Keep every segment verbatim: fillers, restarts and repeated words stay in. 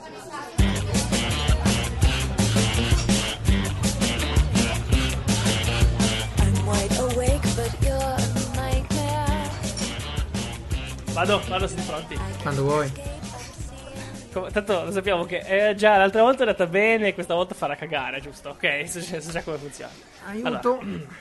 Vado, vado, siete pronti? Quando vuoi. Com- Tanto lo sappiamo che eh, già l'altra volta è andata bene, questa volta farà cagare, giusto? Ok, so, so già come funziona. Aiuto. Allora.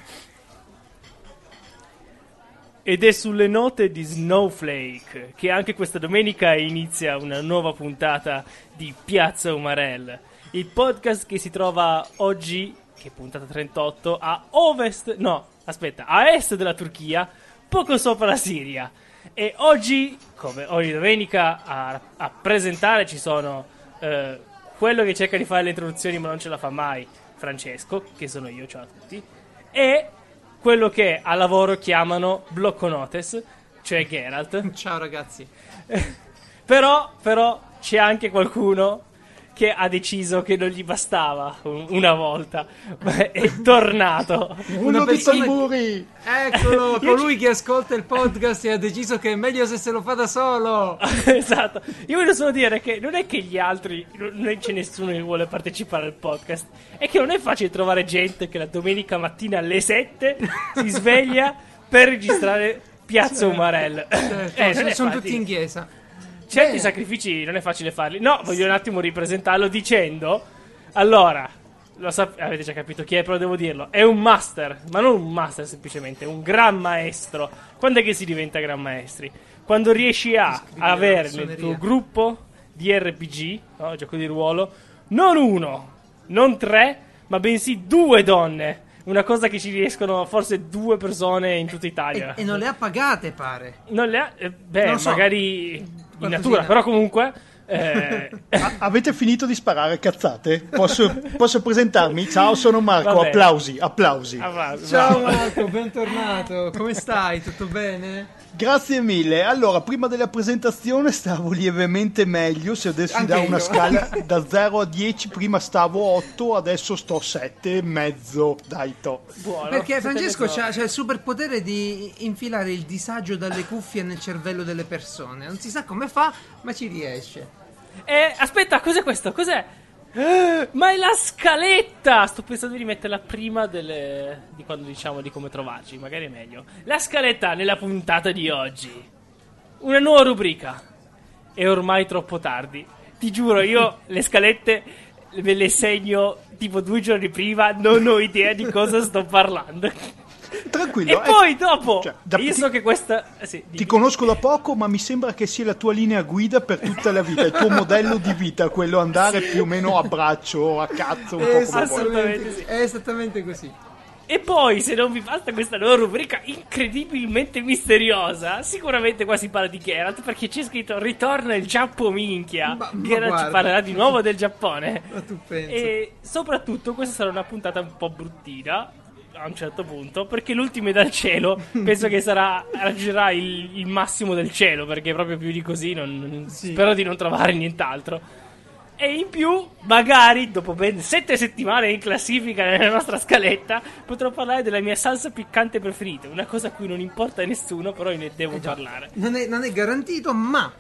Ed è sulle note di Snowflake che anche questa domenica inizia una nuova puntata di Piazza Umarell, il podcast che si trova oggi, che è puntata trentotto, a ovest, no, aspetta, a est della Turchia, poco sopra la Siria. E oggi, come ogni domenica, a, a presentare ci sono eh, quello che cerca di fare le introduzioni ma non ce la fa mai, Francesco, che sono io, ciao a tutti, e quello che a lavoro chiamano blocco notes, cioè Geralt. Ciao ragazzi. Però, però c'è anche qualcuno che ha deciso che non gli bastava un- una volta, ma è tornato. Uno dei persona- tamburi! Eccolo, Io colui che ascolta il podcast e ha deciso che è meglio se se lo fa da solo. Esatto. Io voglio solo dire che non è che gli altri, non c'è nessuno che vuole partecipare al podcast, è che non è facile trovare gente che la domenica mattina alle sette si sveglia per registrare Piazza Umarell. Certo, Eh, non sono, è sono facile. tutti in chiesa. Certi sacrifici non è facile farli. No, voglio un attimo ripresentarlo dicendo: allora, lo sap- avete già capito chi è, però devo dirlo. È un master, ma non un master semplicemente, un gran maestro. Quando è che si diventa gran maestri? Quando riesci a Scrivere avere la nel tuo suoneria. gruppo di R P G, no, gioco di ruolo, non uno, non tre, ma bensì due donne. Una cosa che ci riescono forse due persone in tutta Italia. E, e non le ha pagate, pare. Non le ha, eh, beh, Non lo so. magari in Qualcosina. natura, però comunque. Eh, A- avete finito di sparare cazzate? Posso, posso presentarmi? Ciao, sono Marco. Vabbè. Applausi, applausi. avanti, Ciao bravo. Marco, bentornato. Come stai? Tutto bene? Grazie mille. Allora, prima della presentazione stavo lievemente meglio. Se adesso Anche da una io. scala da zero a dieci, prima stavo otto, adesso sto sette e mezzo. Dai, to. Buono. Perché Francesco Siete c'ha, c'ha il superpotere di infilare il disagio dalle cuffie nel cervello delle persone. Non si sa come fa, ma ci riesce. Eh, aspetta, cos'è questo? Cos'è? Eh, ma è la scaletta! Sto pensando di rimetterla prima delle... di quando diciamo di come trovarci, magari è meglio. La scaletta nella puntata di oggi. Una nuova rubrica. È ormai troppo tardi. Ti giuro, io le scalette ve le segno tipo due giorni prima, non ho idea di cosa sto parlando. Tranquillo. E eh, poi dopo, cioè, da- io ti- so che questa... eh, sì, Ti dimmi. conosco da poco, ma mi sembra che sia la tua linea guida per tutta la vita, il tuo modello di vita, quello andare più o meno a braccio, a cazzo, un po' come vuoi. Assolutamente sì. È esattamente così. E poi, se non vi basta questa nuova rubrica incredibilmente misteriosa, sicuramente qua si parla di Geralt, perché c'è scritto ritorna il Giappo minchia. Ma- ma Geralt guarda. ci parlerà di nuovo del Giappone. Ma tu pensi? E soprattutto questa sarà una puntata un po' bruttina a un certo punto, perché l'ultimo dal cielo penso che sarà raggiungerà il, il massimo del cielo, perché proprio più di così non, non- Sì. spero di non trovare nient'altro. E in più, magari, dopo ben sette settimane in classifica nella nostra scaletta, potrò parlare della mia salsa piccante preferita. Una cosa a cui non importa a nessuno, però io ne devo Eh già, parlare. Non è, non è garantito, ma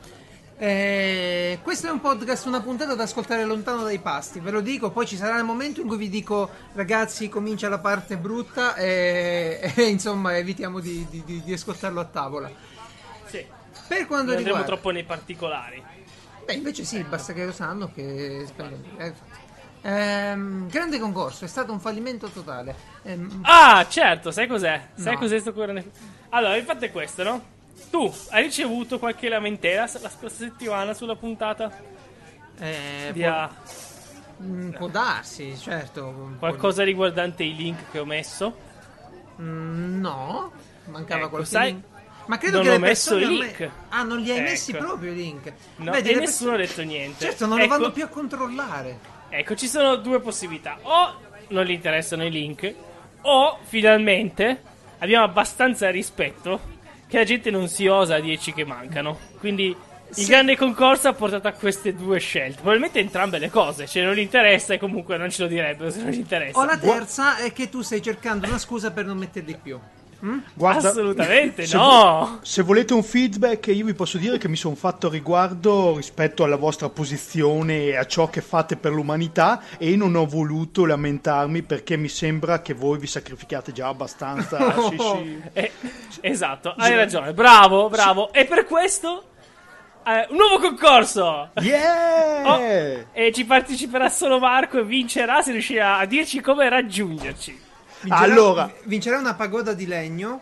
eh, questo è un podcast, una puntata da ascoltare lontano dai pasti. Ve lo dico, poi ci sarà il momento in cui vi dico, ragazzi, comincia la parte brutta e, e, insomma evitiamo di, di- di- di ascoltarlo a tavola. Sì, Per quanto non andremo riguarda... troppo nei particolari. Beh, invece sì, basta che lo sanno che... eh, infatti. Ehm, grande concorso, è stato un fallimento totale. Ehm, Ah, certo, sai cos'è? Sai No. cos'è sto grande... Allora, il fatto è questo, no? Tu hai ricevuto qualche lamentela la scorsa settimana sulla puntata? eh, Di può, ah, mm, può darsi, certo. un po' qualcosa riguardante i link che ho messo? di- Mm, no, mancava Ecco, qualche sai, link. Ma credo non che ho le messo persone i ormai- link. Ah, non li hai Ecco. messi proprio i link. No, Vedi, e le nessuno ha persone- detto niente. Certo, non Ecco. lo vanno più a controllare. Ecco, ci sono due possibilità. O non gli interessano i link, o finalmente abbiamo abbastanza rispetto che la gente non si osa a dirci che mancano. Quindi il Sì. grande concorso ha portato a queste due scelte. Probabilmente entrambe le cose. Cioè, non gli interessa e comunque non ce lo direbbero se non gli interessa. O la terza è che tu stai cercando una scusa per non metterli più. Guarda, Assolutamente se no. vo- se volete un feedback, io vi posso dire che mi sono fatto a riguardo rispetto alla vostra posizione e a ciò che fate per l'umanità, e non ho voluto lamentarmi perché mi sembra che voi vi sacrificate già abbastanza. Sì, sì. Eh, esatto, hai ragione. Bravo, bravo. E per questo eh, un nuovo concorso. Yeah! Oh, e ci parteciperà solo Marco e vincerà se riuscirà a dirci come raggiungerci. Vincerà, Allora. vincerà una pagoda di legno.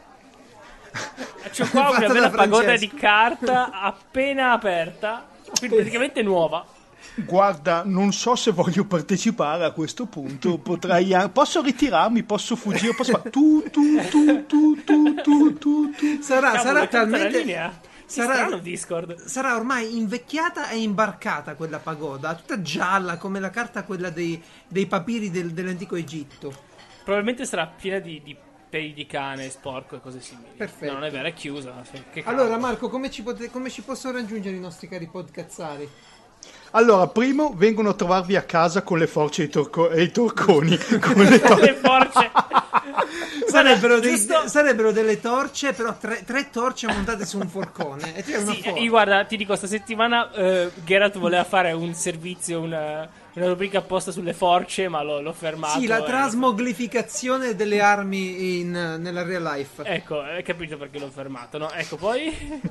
C'ho qua una Fatta bella da pagoda Francesco. di carta appena aperta, quindi praticamente nuova. Guarda, non so se voglio partecipare a questo punto. Potrei a- posso ritirarmi, posso fuggire, posso fare tu tu tu tu tu tu tu tu. Sarà, Cavolo, sarà è tutta la talmente. linea. Sarà, Sarà Discord. sarà ormai invecchiata e imbarcata quella pagoda, tutta gialla come la carta quella dei, dei papiri del- dell'antico Egitto. Probabilmente sarà piena di, di peli di cane, sporco e cose simili. Perfetto. No, non è vero, è chiusa. Che Allora, cavolo. Marco, come ci, pote- come ci possono raggiungere i nostri cari podcazzari? Allora, primo vengono a trovarvi a casa con le forze e i, torco- e i torconi. Con le tor- le forze. Sarebbero, dei- giusto- sarebbero delle torce, però tre, tre torce montate su un forcone. E tu hai una Sì, forca. io guarda, ti dico, sta settimana eh, Geralt voleva fare un servizio, una, una rubrica apposta sulle force, ma l'ho, l'ho fermato. Sì, la e- trasmoglificazione delle armi in- nella real life. Ecco, hai capito perché l'ho fermato, no? Ecco, poi...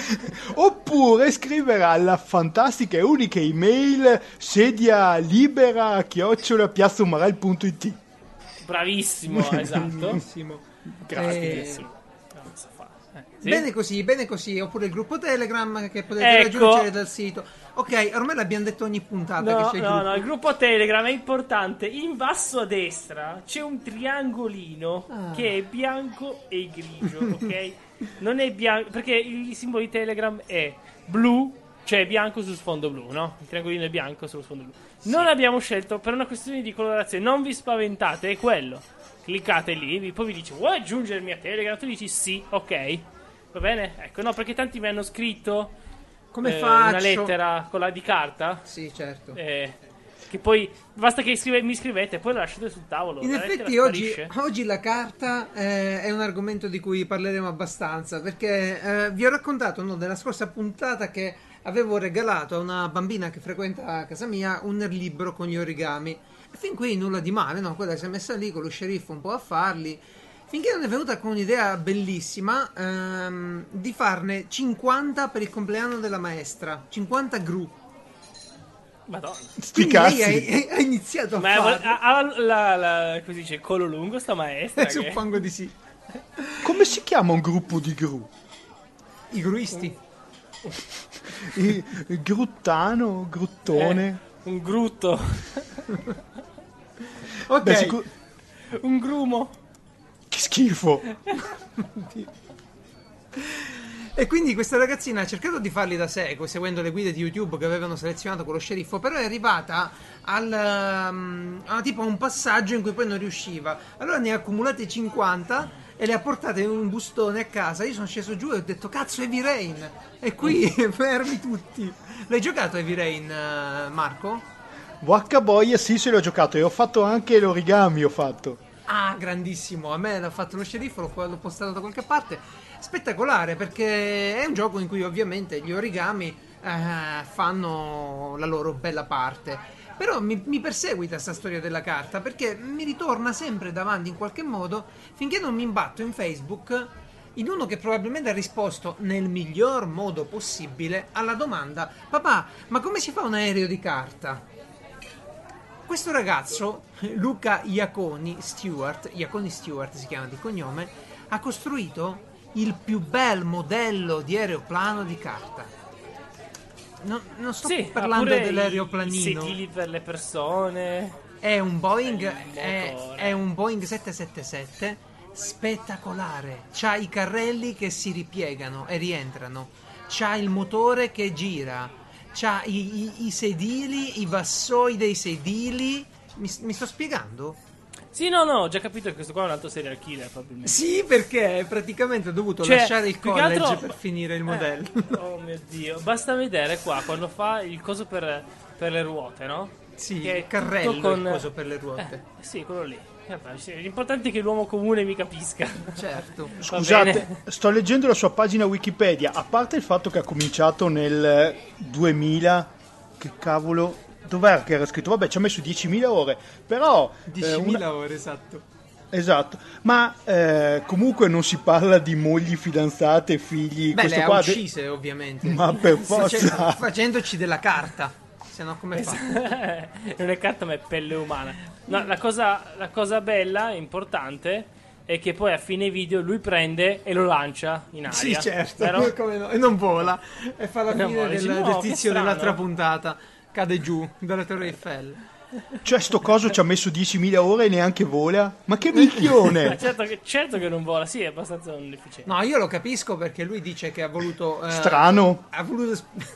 Oppure scrivere alla fantastica e unica email sedia libera chiocciola piazzaumarel punto it. Bravissimo, esatto. Benissimo. Grazie. Eh, Non so fare. Eh, sì? Bene così, bene così. Oppure il gruppo Telegram che potete Ecco. raggiungere dal sito. Ok, ormai l'abbiamo detto ogni puntata che No, c'è il no, gruppo. no, il gruppo Telegram è importante. In basso a destra c'è un triangolino Ah. che è bianco e grigio, ok? Non è bianco, perché il simbolo di Telegram è blu, cioè bianco su sfondo blu, no? Il triangolino è bianco sullo sfondo blu. Non abbiamo scelto per una questione di colorazione, non vi spaventate, è quello. Cliccate lì, vi- poi vi dice vuoi aggiungermi a Telegram? Tu dici sì, ok. Va bene? Ecco, no, perché tanti mi hanno scritto Come eh, faccio? una lettera con la di carta. Sì, certo. Eh, che poi basta che scrive- mi scrivete, poi la lasciate sul tavolo. In la lettera effetti oggi, sparisce. oggi la carta eh, è un argomento di cui parleremo abbastanza, perché eh, vi ho raccontato no, nella scorsa puntata che avevo regalato a una bambina che frequenta casa mia un libro con gli origami. E fin qui nulla di male, no? Quella si è messa lì con lo sceriffo un po' a farli, finché non è venuta con un'idea bellissima ehm, di farne cinquanta per il compleanno della maestra, cinquanta gru. Madonna. Sti Quindi lei cazzi. ha, ha iniziato a Ma farli. ha, ha la, la, come si dice, il collo lungo sta maestra. che- Suppongo di sì. Come si chiama un gruppo di gru? I gruisti. I- Gruttano, Gruttone. Eh, un grutto. Ok. Beh, sicur- Un grumo. che schifo. E quindi questa ragazzina ha cercato di farli da sé, seguendo le guide di YouTube che avevano selezionato con lo sceriffo, però è arrivata al, um, a tipo a un passaggio in cui poi non riusciva. Allora ne ha accumulate cinquanta e le ha portate in un bustone a casa. Io sono sceso giù e ho detto cazzo Heavy Rain, e qui fermi tutti. L'hai giocato Heavy Rain, eh, Marco? Vacca boia, sì, se l'ho giocato e ho fatto anche l'origami, ho fatto. Ah, grandissimo, a me l'ha fatto lo sceriffo, l'ho, l'ho postato da qualche parte. Spettacolare, perché è un gioco in cui ovviamente gli origami eh, fanno la loro bella parte. Però mi, mi perseguita questa storia della carta, perché mi ritorna sempre davanti in qualche modo, finché non mi imbatto in Facebook in uno che probabilmente ha risposto nel miglior modo possibile alla domanda: papà, ma come si fa un aereo di carta? Questo ragazzo, Luca Iaconi Stewart, Iaconi Stewart si chiama di cognome, ha costruito il più bel modello di aeroplano di carta. Non, non sto Sì, parlando ha pure dell'aeroplanino. i sedili per le persone. È un Boeing, Il è, motore. è un Boeing sette sette sette spettacolare. C'ha i carrelli che si ripiegano e rientrano. C'ha il motore che gira. C'ha i, i- i sedili, i vassoi dei sedili. Mi, mi sto spiegando? Sì, no, no, ho già capito che questo qua è un altro serial killer, probabilmente. Sì, perché praticamente ho dovuto Cioè, lasciare il più che college altro- per finire il Eh, modello. oh mio Dio, basta vedere qua quando fa il coso per, per le ruote, no? Sì, Che è il carrello tutto con- il coso per le ruote. Eh, sì, quello lì. Eh beh, sì, l'importante è che l'uomo comune mi capisca. Certo. Scusate, sto leggendo la sua pagina Wikipedia. A parte il fatto che ha cominciato nel duemila, che cavolo, dov'era che era scritto? Vabbè, ci ha messo diecimila ore, però... diecimila eh, una... ore, esatto. Esatto, ma eh, comunque non si parla di mogli, fidanzate, figli. Beh, questo le ha qua uccise, ovviamente. Ma per Face- forza. Facendoci della carta. Se no come fa? Non è carta ma è pelle umana. No, la cosa, la cosa bella, importante, è che poi a fine video lui prende e lo lancia in aria. Sì, certo. Vero? Come no? E non vola. E fa la Non fine vola, del, dici, no, del che tizio strano. dell'altra puntata. Cade giù dalla Torre Eiffel. Cioè, sto coso ci ha messo diecimila ore e neanche vola? Ma che minchione! certo, che, certo che non vola, sì, è abbastanza non efficiente. No, io lo capisco perché lui dice che ha voluto... eh, Strano. Ha voluto...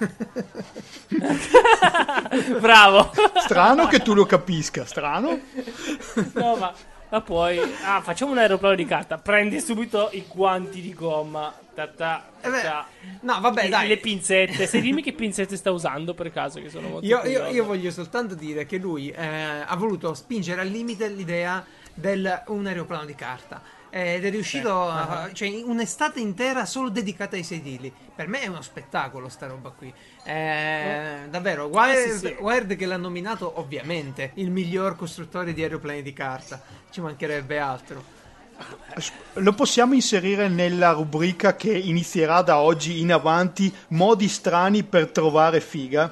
Bravo. Strano che tu lo capisca, strano. No, ma, ma poi... Ah, facciamo un aeroplano di carta. Prendi subito i guanti di gomma. Ta ta, Eh beh, ta. no, vabbè, I- dai. Le pinzette. Se dimmi che pinzette sta usando per caso, che sono molto Io, io- curiose. io voglio soltanto dire che lui eh, ha voluto spingere al limite l'idea del un aeroplano di carta ed è riuscito a, cioè un'estate intera solo dedicata ai sedili. Per me è uno spettacolo sta roba qui. Eh, davvero, Wired, Eh, sì, sì. Wired che l'ha nominato ovviamente il miglior costruttore di aeroplani di carta, ci mancherebbe altro. Lo possiamo inserire nella rubrica che inizierà da oggi in avanti, modi strani per trovare figa?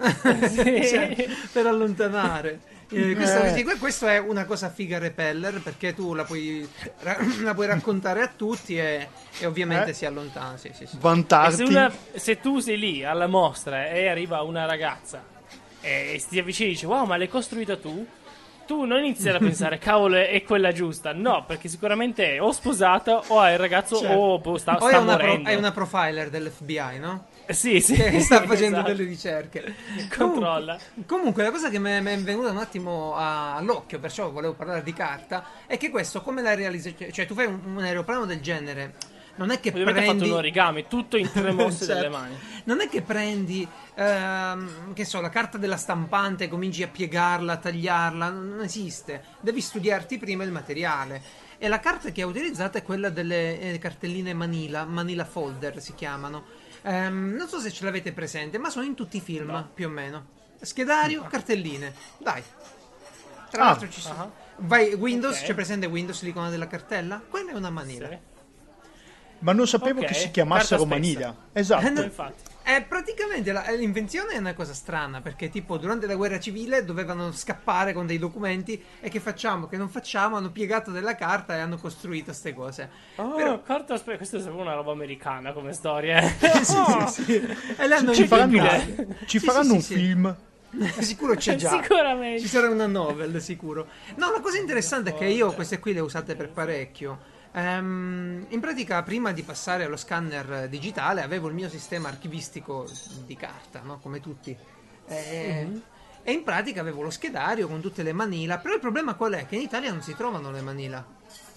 Cioè, per allontanare. Eh, questo, Eh. sì, questo è una cosa figa Repeller perché tu la puoi, ra- la puoi raccontare a tutti e, e ovviamente Eh. si allontana. Sì, sì, sì. E Vantarti. se, una- se tu sei lì alla mostra e arriva una ragazza e ti avvicini e dice wow, ma l'hai costruita tu? Tu non inizi a pensare cavolo è quella giusta. No, perché sicuramente è o sposata o ha il ragazzo Certo. o boh, sta, Poi sta è una, pro- morendo. è una profiler dell'F B I, no? Eh, Sì, sì. Che sta facendo esatto. delle ricerche. Controlla. Comunque, comunque la cosa che mi è mi è venuta un attimo a- all'occhio, perciò volevo parlare di carta, è che questo come la realizzazione, cioè tu fai un, un aeroplano del genere, non è che Ovviamente ha fatto prendi un origami, tutto in tre mosse Certo. delle mani. Non è che prendi, ehm, che so, la carta della stampante, cominci a piegarla, a tagliarla, non, non esiste. Devi studiarti prima il materiale. E la carta che ha utilizzato è quella delle eh, cartelline Manila, Manila Folder si chiamano. Ehm, non so se ce l'avete presente, ma sono in tutti i film, No. più o meno. Schedario, cartelline. Dai. Tra Ah. l'altro ci sono. Ah. Vai, Windows, Ok. c'è presente Windows, l'icona della cartella? Quella è una Manila. Sì. Ma non sapevo Ok, che si chiamassero carta spessa. Manila. Esatto. Eh, no. Infatti. Eh, praticamente la- l'invenzione è una cosa strana perché tipo durante la guerra civile dovevano scappare con dei documenti e che facciamo, che non facciamo, hanno piegato della carta e hanno costruito queste cose. Oh, Però- carta spe- questa è sempre una roba americana come storia. eh. sì, Oh, sì, sì. E l'hanno Ci faranno, incredibile. ci Sì, faranno sì, un sì, sì. film. Sicuro c'è già. Sicuramente. Ci sarà una novel, sicuro. No, la cosa interessante è che io queste qui le ho usate per parecchio. Ehm, in pratica, prima di passare allo scanner digitale, avevo il mio sistema archivistico di carta, no? Come tutti. E, e in pratica avevo lo schedario con tutte le manila. Però il problema qual è? Che in Italia non si trovano le manila.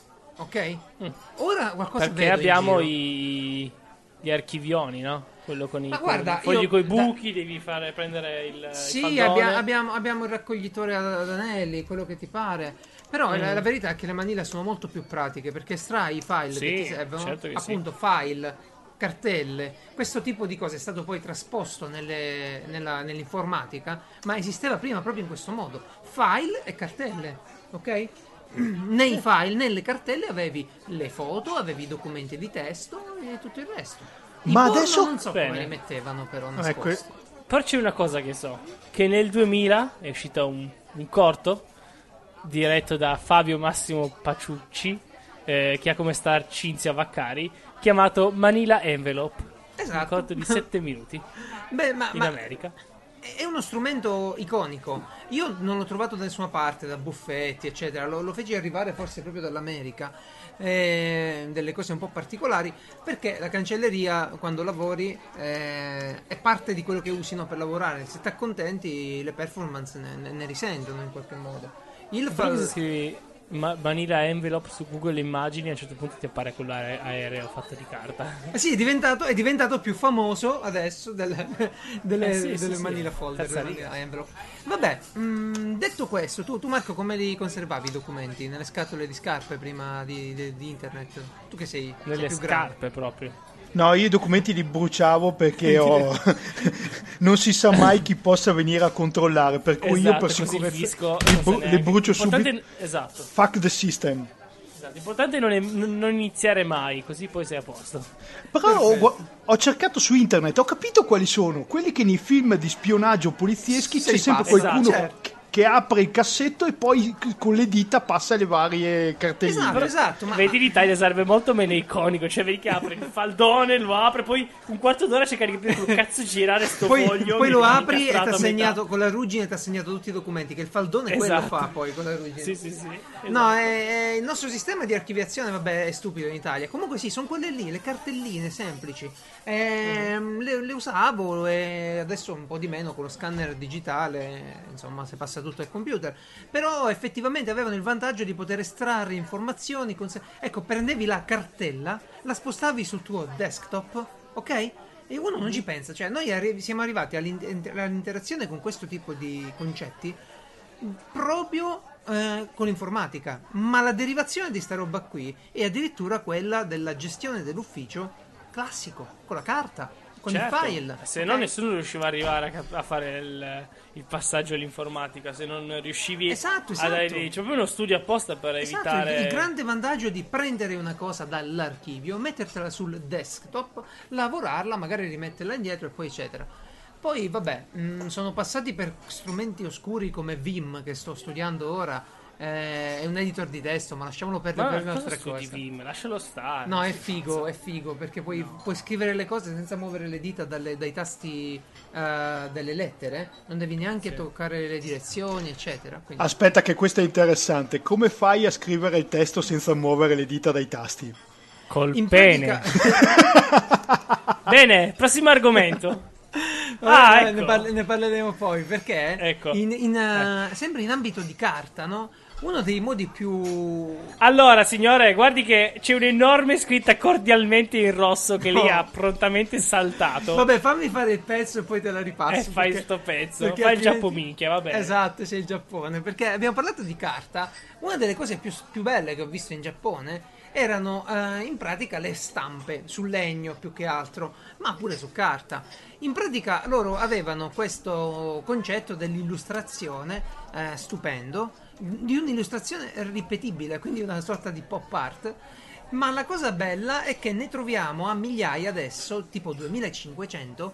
Ok? Ora qualcosa Perché vedo in abbiamo giro. i... gli archivioni, no? Quello con i Ma guarda, con, fogli io- con i buchi, devi fare prendere il Sì, il faldone. abbia- abbiamo, abbiamo il raccoglitore ad anelli, quello che ti pare. Però Mm. la, la verità è che le manila sono molto più pratiche perché estrai i file Sì, che ti servono, certo che appunto file, cartelle. Questo tipo di cose è stato poi trasposto nelle- nella- nell'informatica, ma esisteva prima proprio in questo modo. File e cartelle, ok? Nei file, nelle cartelle avevi le foto, avevi i documenti di testo e tutto il resto. I Ma porno adesso- non so Bene. come li mettevano però Ecco, nascosti. Però c'è una cosa che so, che nel duemila è uscito un, un corto diretto da Fabio Massimo Paciucci, eh, che ha come star Cinzia Vaccari, chiamato Manila Envelope. Un Esatto. corto di sette minuti Beh, ma, in ma America. è uno strumento iconico. Io non l'ho trovato da nessuna parte, da buffetti, eccetera. Lo, lo feci arrivare forse proprio dall'America. Eh, delle cose un po' particolari. Perché la cancelleria, quando lavori, eh, è parte di quello che usino per lavorare. Se ti accontenti, le performance ne, ne- ne risentono in qualche modo. Il Però fa- cosa scrivi? Ma- Manila Envelope su Google Immagini, a un certo punto ti appare quello ae- aereo fatto di carta. Eh sì, è diventato, è diventato più famoso adesso delle, delle, Eh sì, sì, delle sì. Manila Folder, Terza delle riga. Manila Envelope. Vabbè, mh, detto questo, tu, tu Marco come li conservavi i documenti? Nelle scatole di scarpe prima di, di- di internet? Tu che sei, sei Nelle più grande. scarpe proprio. No, io i documenti li bruciavo perché ho... non si sa mai chi possa venire a controllare, per cui io Esatto, per così il sicurezza fisco li, non sa bru- li neanche. brucio L'importante- subito. Esatto, Fuck the system. esatto. L'importante è non, è- non- non iniziare mai, così poi sei a posto. Però ho, Perfetto. gua- ho cercato su internet, ho capito quali sono. Quelli che nei film di spionaggio polizieschi Sei c'è sempre pazzo, qualcuno certo. che, che apre il cassetto e poi c- con le dita passa le varie cartelline. Esatto, esatto, ma Vedi, in Italia sarebbe molto meno iconico. Cioè, vedi che apre il faldone, lo apre, poi un quarto d'ora cerca di capire come cazzo girare sto poi, foglio. poi mi lo rimane apri e ti incastrato ha a metà. segnato con la ruggine, ti ha segnato tutti i documenti, che il faldone quello Esatto. fa poi con la ruggine. Sì, sì, sì. No, esatto. è- è- il nostro sistema di archiviazione, vabbè, è stupido in Italia. Comunque sì, sono quelle lì, le cartelline semplici. Ehm, le, le usavo e adesso un po' di meno con lo scanner digitale, insomma, si passa tutto al computer. Però effettivamente avevano il vantaggio di poter estrarre informazioni. con se- Ecco, prendevi la cartella, la spostavi sul tuo desktop, ok? E uno non ci pensa, cioè noi arri- siamo arrivati all'in- all'interazione con questo tipo di concetti proprio eh, con l'informatica, ma la derivazione di sta roba qui è addirittura quella della gestione dell'ufficio classico, con la carta, con Certo, i file. se ok? no nessuno riusciva ad arrivare a, cap- a fare il, il passaggio all'informatica, se non riuscivi Esatto, a esatto. dare c'è proprio uno studio apposta per Esatto, evitare il, il grande vantaggio di prendere una cosa dall'archivio, mettertela sul desktop, lavorarla, magari rimetterla indietro e poi eccetera. Poi vabbè, mh, sono passati per strumenti oscuri come Vim che sto studiando ora, eh, è un editor di testo, ma lasciamolo perdere Ma per cosa un'altra studi cosa. Vim? Lascialo stare. No, è sei figo, pazzo. è figo perché puoi, puoi scrivere le cose senza muovere le dita dalle- dai tasti eh, delle lettere, non devi neanche Sì. toccare le direzioni, eccetera. Quindi... Aspetta che questo è interessante. Come fai a scrivere il testo senza muovere le dita dai tasti? Col In pene. pratica- Bene, prossimo argomento. Ah, Ah, ne, ecco. parle- ne parleremo poi perché Ecco. in, in, eh, sempre in ambito di carta, no? Uno dei modi più Allora, signore, guardi che c'è un'enorme scritta cordialmente in rosso che lei No. ha prontamente saltato. Vabbè, fammi fare il pezzo e poi te la ripasso. Eh, fai perché- sto pezzo, perché fai il altrimenti- giappominchia, va bene. Esatto, sei il Giappone. Perché abbiamo parlato di carta. Una delle cose più, più belle che ho visto in Giappone erano eh, in pratica le stampe sul legno più che altro, ma pure su carta. In pratica loro avevano questo concetto dell'illustrazione eh, stupendo, di un'illustrazione ripetibile, quindi una sorta di pop art. Ma la cosa bella è che ne troviamo a migliaia adesso, tipo duemilacinquecento,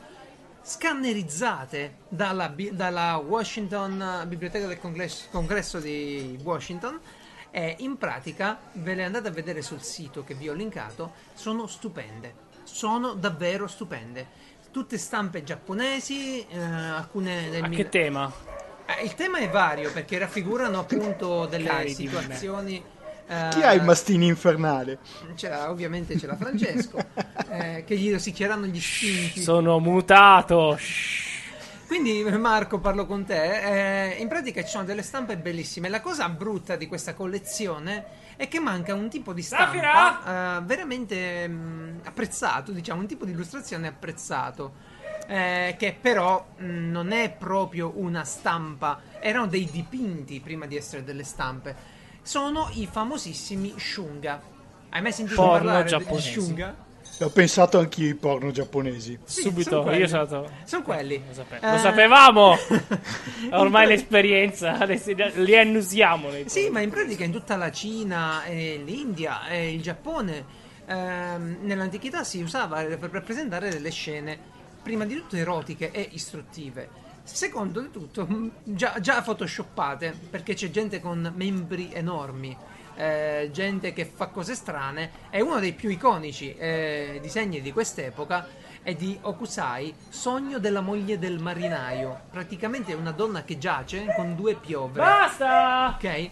scannerizzate dalla, bi- dalla Washington eh, Biblioteca del Congresso, Congresso di Washington. E in pratica ve le andate a vedere sul sito che vi ho linkato, sono stupende, sono davvero stupende. Tutte stampe giapponesi, eh, alcune del A mil- che tema? Eh, il tema è vario perché raffigurano appunto delle Cani di me. situazioni. eh, Chi ha i mastini infernali? c'era, ovviamente c'era Francesco, eh, che gli rosicchieranno gli stinchi. Sono mutato. Shh. Quindi Marco, parlo con te. Eh, in pratica ci sono delle stampe bellissime. La cosa brutta di questa collezione è che manca un tipo di stampa eh, veramente mh, apprezzato, diciamo, un tipo di illustrazione apprezzato. eh, che però mh, non è proprio una stampa, erano dei dipinti prima di essere delle stampe. Sono i famosissimi shunga. Hai mai sentito Porno parlare degli giapponesi. shunga? Ho pensato anch'io ai porno giapponesi. Sì, Subito, sono quelli. io sono stato... Sono quelli. Lo, sape- Eh, lo sapevamo! in Ormai pra- l'esperienza, li annusiamo. nei Sì, porno. ma in pratica in tutta la Cina, e l'India e il Giappone, ehm, nell'antichità si usava per rappresentare delle scene, prima di tutto erotiche e istruttive. Secondo di tutto, mh, già, già photoshoppate, perché c'è gente con membri enormi, eh, gente che fa cose strane, e uno dei più iconici eh, disegni di quest'epoca è di Okusai, Sogno della moglie del marinaio. Praticamente è una donna che giace con due piovre. Basta! Ok?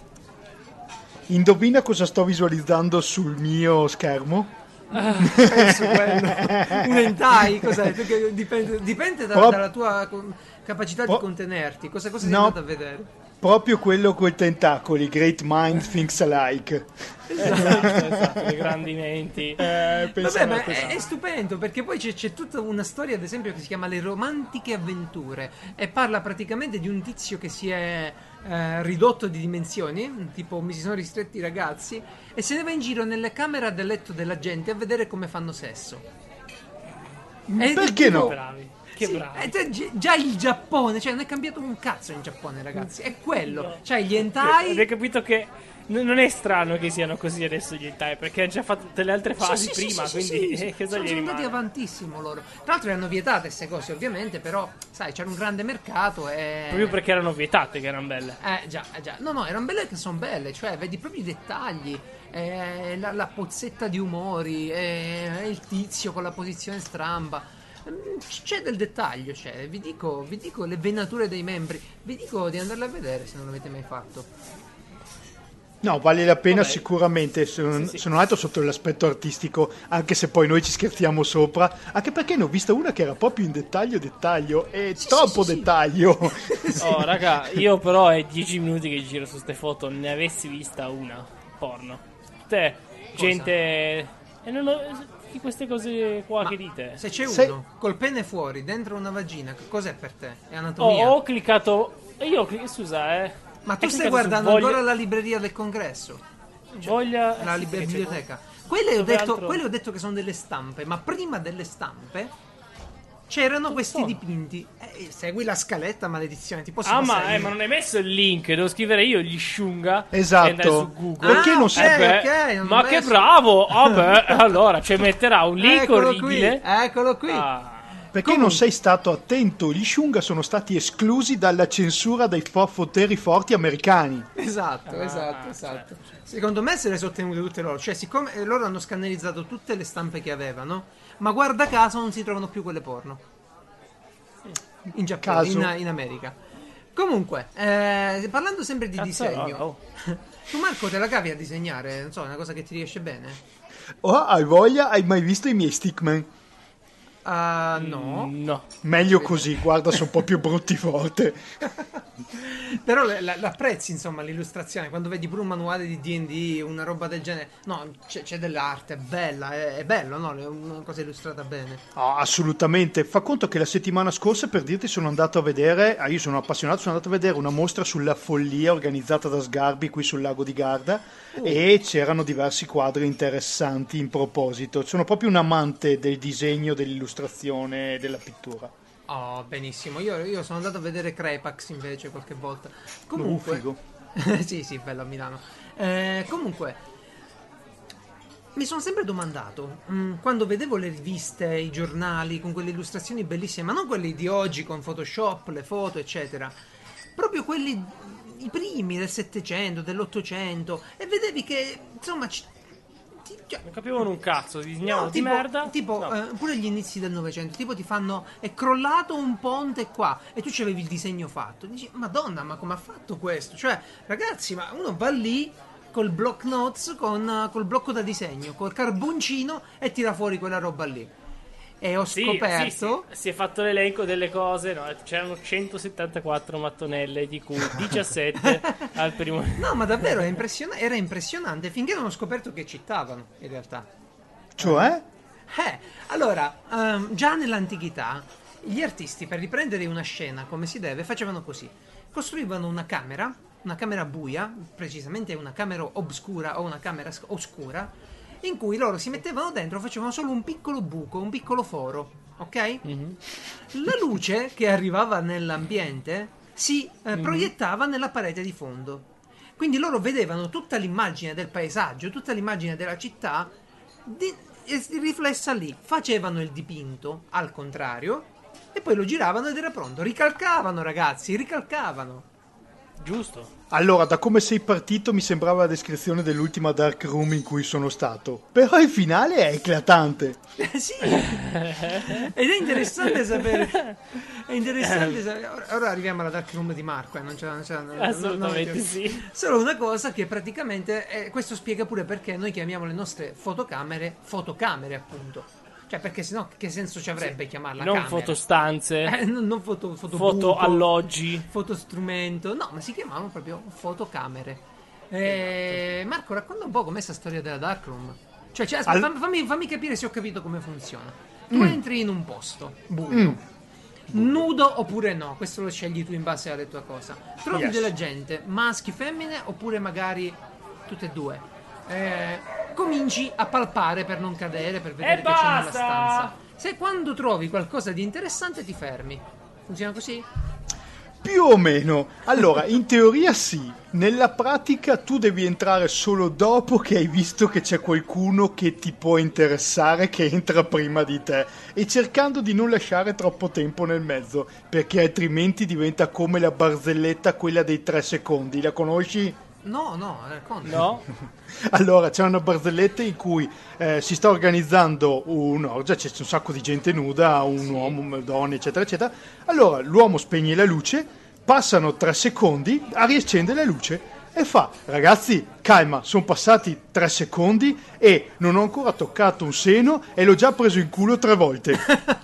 Indovina cosa sto visualizzando sul mio schermo? Penso quello. Un hentai, cos'è? Perché Dipende, dipende da- Pro- dalla tua co- capacità Pro- di contenerti. Cosa, cosa sei No. andato a vedere? Proprio quello coi tentacoli, great mind thinks alike. Esatto, esatto, le grandi menti. Eh, Vabbè, ma così. è, è stupendo perché poi c'è, c'è tutta una storia, ad esempio, che si chiama Le romantiche avventure e parla praticamente di un tizio che si è eh, ridotto di dimensioni, tipo mi si sono ristretti i ragazzi, e se ne va in giro nelle camere da letto della gente a vedere come fanno sesso. E Perché dico- no? Bravi. Che Sì, bravi. e te- gi- già il Giappone, cioè non è cambiato un cazzo in Giappone, ragazzi, è quello. Cioè gli hentai. Avete capito che n- non è strano che siano così adesso gli hentai, perché hanno già fatto tutte le altre fasi Sì, sì, prima, sì, sì, quindi sì, eh, cosa sono, gli sono andati rimane? avantissimo loro. Tra l'altro le hanno vietate queste cose, ovviamente, però sai, c'era un grande mercato e Proprio perché erano vietate che erano belle. Eh già, eh già. No, no, erano belle che sono belle, cioè vedi proprio i dettagli, eh, la, la pozzetta di umori, eh, il tizio con la posizione stramba. Mm, C'è del dettaglio, cioè, vi dico, vi dico le venature dei membri, vi dico di andarle a vedere se non l'avete mai fatto. No, vale la pena Vabbè. sicuramente, se non, Sì, sì. se non altro sotto l'aspetto artistico, anche se poi noi ci scherziamo sopra, anche perché ne ho vista una che era proprio in dettaglio dettaglio, e Sì, troppo sì, sì, sì. dettaglio. Oh, raga, io però è dieci minuti che giro su ste foto, ne avessi vista una porno. Te, gente. E non lo. Di queste cose qua Ma che dite. se c'è Se- uno col pene fuori dentro una vagina, che cos'è per te? È Oh, anatomia? ho cliccato. Io ho cliccato. Scusa, eh. Ma tu Ho stai cliccato su guardando voglia- ancora la libreria del congresso? Voglia. La eh, sì, liber- perché c'è- biblioteca. Quelle ho, Dove detto, altro- quelle ho detto che sono delle stampe, ma prima delle stampe c'erano questi sono? dipinti. Eh, segui la scaletta, maledizione. Ti posso Ah, passare ma, eh, il- ma non hai messo il link, devo scrivere io gli Shunga Esatto. e andare su Google. Perché Ah, non ok, sai- Eh beh, ok, non ma ho che messo. bravo! Vabbè, allora ci metterà un link Eccolo orribile. qui, eccolo qui. Ah, Perché non sei stato attento? Gli Shunga sono stati esclusi dalla censura dei fo- poteri forti americani. Esatto, Ah, esatto, certo, esatto. certo. Secondo me se le sono tenute tutte loro. Cioè, siccome eh, loro hanno scannerizzato tutte le stampe che avevano, ma guarda caso non si trovano più quelle porno. In Giappone, Caso. in, in America. Comunque, eh, parlando sempre di cazzo, disegno, oh, oh. tu Marco te la cavi a disegnare? Non so, è una cosa che ti riesce bene? Oh, hai voglia? Hai mai visto i miei stickman? Ah, no. No. Meglio così, guarda, sono un po' più brutti forte. Però la- la- l'apprezzi, insomma, l'illustrazione. Quando vedi pure un manuale di D and D, una roba del genere. No, c'è, c'è dell'arte, è bella, è, è bello, no? È una cosa illustrata bene. Ah, assolutamente. Fa conto che la settimana scorsa, per dirti, sono andato a vedere, ah, io sono appassionato, sono andato a vedere una mostra sulla follia organizzata da Sgarbi qui sul lago di Garda e c'erano diversi quadri interessanti in proposito. Sono proprio un amante del disegno, dell'illustrazione e della pittura. Oh, benissimo. Io, io sono andato a vedere Crepax invece qualche volta. Uh, Comunque, figo. sì, sì, bello a Milano. Eh, comunque, mi sono sempre domandato, mh, quando vedevo le riviste, i giornali con quelle illustrazioni bellissime, ma non quelli di oggi con Photoshop, le foto, eccetera, proprio quelli, i primi del Settecento, dell'Ottocento, e vedevi che, insomma, ci- ti- cioè, Non capivano un cazzo, disegnavano no, di tipo, merda. tipo No. eh, pure gli inizi del Novecento, tipo ti fanno è crollato un ponte qua e tu c'avevi il disegno fatto. Dici, Madonna, ma come ha fatto questo? Cioè, ragazzi, ma uno va lì col block notes, con, eh, col blocco da disegno, col carboncino e tira fuori quella roba lì. E ho Sì, scoperto. sì, sì, si è fatto l'elenco delle cose, no? C'erano centosettantaquattro mattonelle, di cui diciassette al primo. No, ma davvero è impression- era impressionante finché non ho scoperto che citavano, in realtà. Cioè? Eh, allora, ehm, già nell'antichità, gli artisti per riprendere una scena come si deve facevano così: costruivano una camera, una camera buia, precisamente una camera obscura o una camera sc- oscura, in cui loro si mettevano dentro, facevano solo un piccolo buco, un piccolo foro, ok? La luce che arrivava nell'ambiente si eh, proiettava nella parete di fondo. Quindi loro vedevano tutta l'immagine del paesaggio, tutta l'immagine della città di- e- riflessa lì. Facevano il dipinto al contrario e poi lo giravano ed era pronto. Ricalcavano, ragazzi, ricalcavano. Giusto. Allora, da come sei partito mi sembrava la descrizione dell'ultima dark room in cui sono stato. Però il finale è eclatante. Eh, sì. Ed è interessante sapere. È interessante sapere. Ora, ora arriviamo alla dark room di Marco. Eh, non c'è, non c'è, non- non- Assolutamente non- sì. Solo una cosa che praticamente. eh, questo spiega pure perché noi chiamiamo le nostre fotocamere fotocamere, appunto. Cioè, perché sennò che senso ci avrebbe Sì. chiamarla Non camera? fotostanze, Eh, non non foto, foto, foto buco, alloggi. fotostrumento. No, ma si chiamavano proprio fotocamere. Eh, Marco, racconta un po' com'è questa storia della Darkroom. Cioè, cioè aspetta, Al- fammi, fammi capire se ho capito come funziona. Tu Mm. entri in un posto buio, Mm. nudo oppure no, questo lo scegli tu in base alle tue cose. Trovi Yes. della gente, maschi, femmine, oppure magari tutte e due. Eh, cominci a palpare per non cadere, per vedere E che c'è nella basta! stanza. Se quando trovi qualcosa di interessante ti fermi. Funziona così? Più o meno. Allora, in teoria sì. Nella pratica tu devi entrare solo dopo che hai visto che c'è qualcuno che ti può interessare, che entra prima di te, e cercando di non lasciare troppo tempo nel mezzo, perché altrimenti diventa come la barzelletta, quella dei tre secondi. La conosci? No, no, racconta. No? Allora, c'è una barzelletta in cui eh, si sta organizzando un'orgia, c'è un sacco di gente nuda, un uomo, donne, eccetera, eccetera. Allora, l'uomo spegne la luce, passano tre secondi, riaccende la luce e fa: ragazzi, calma, sono passati tre secondi e non ho ancora toccato un seno e l'ho già preso in culo tre volte.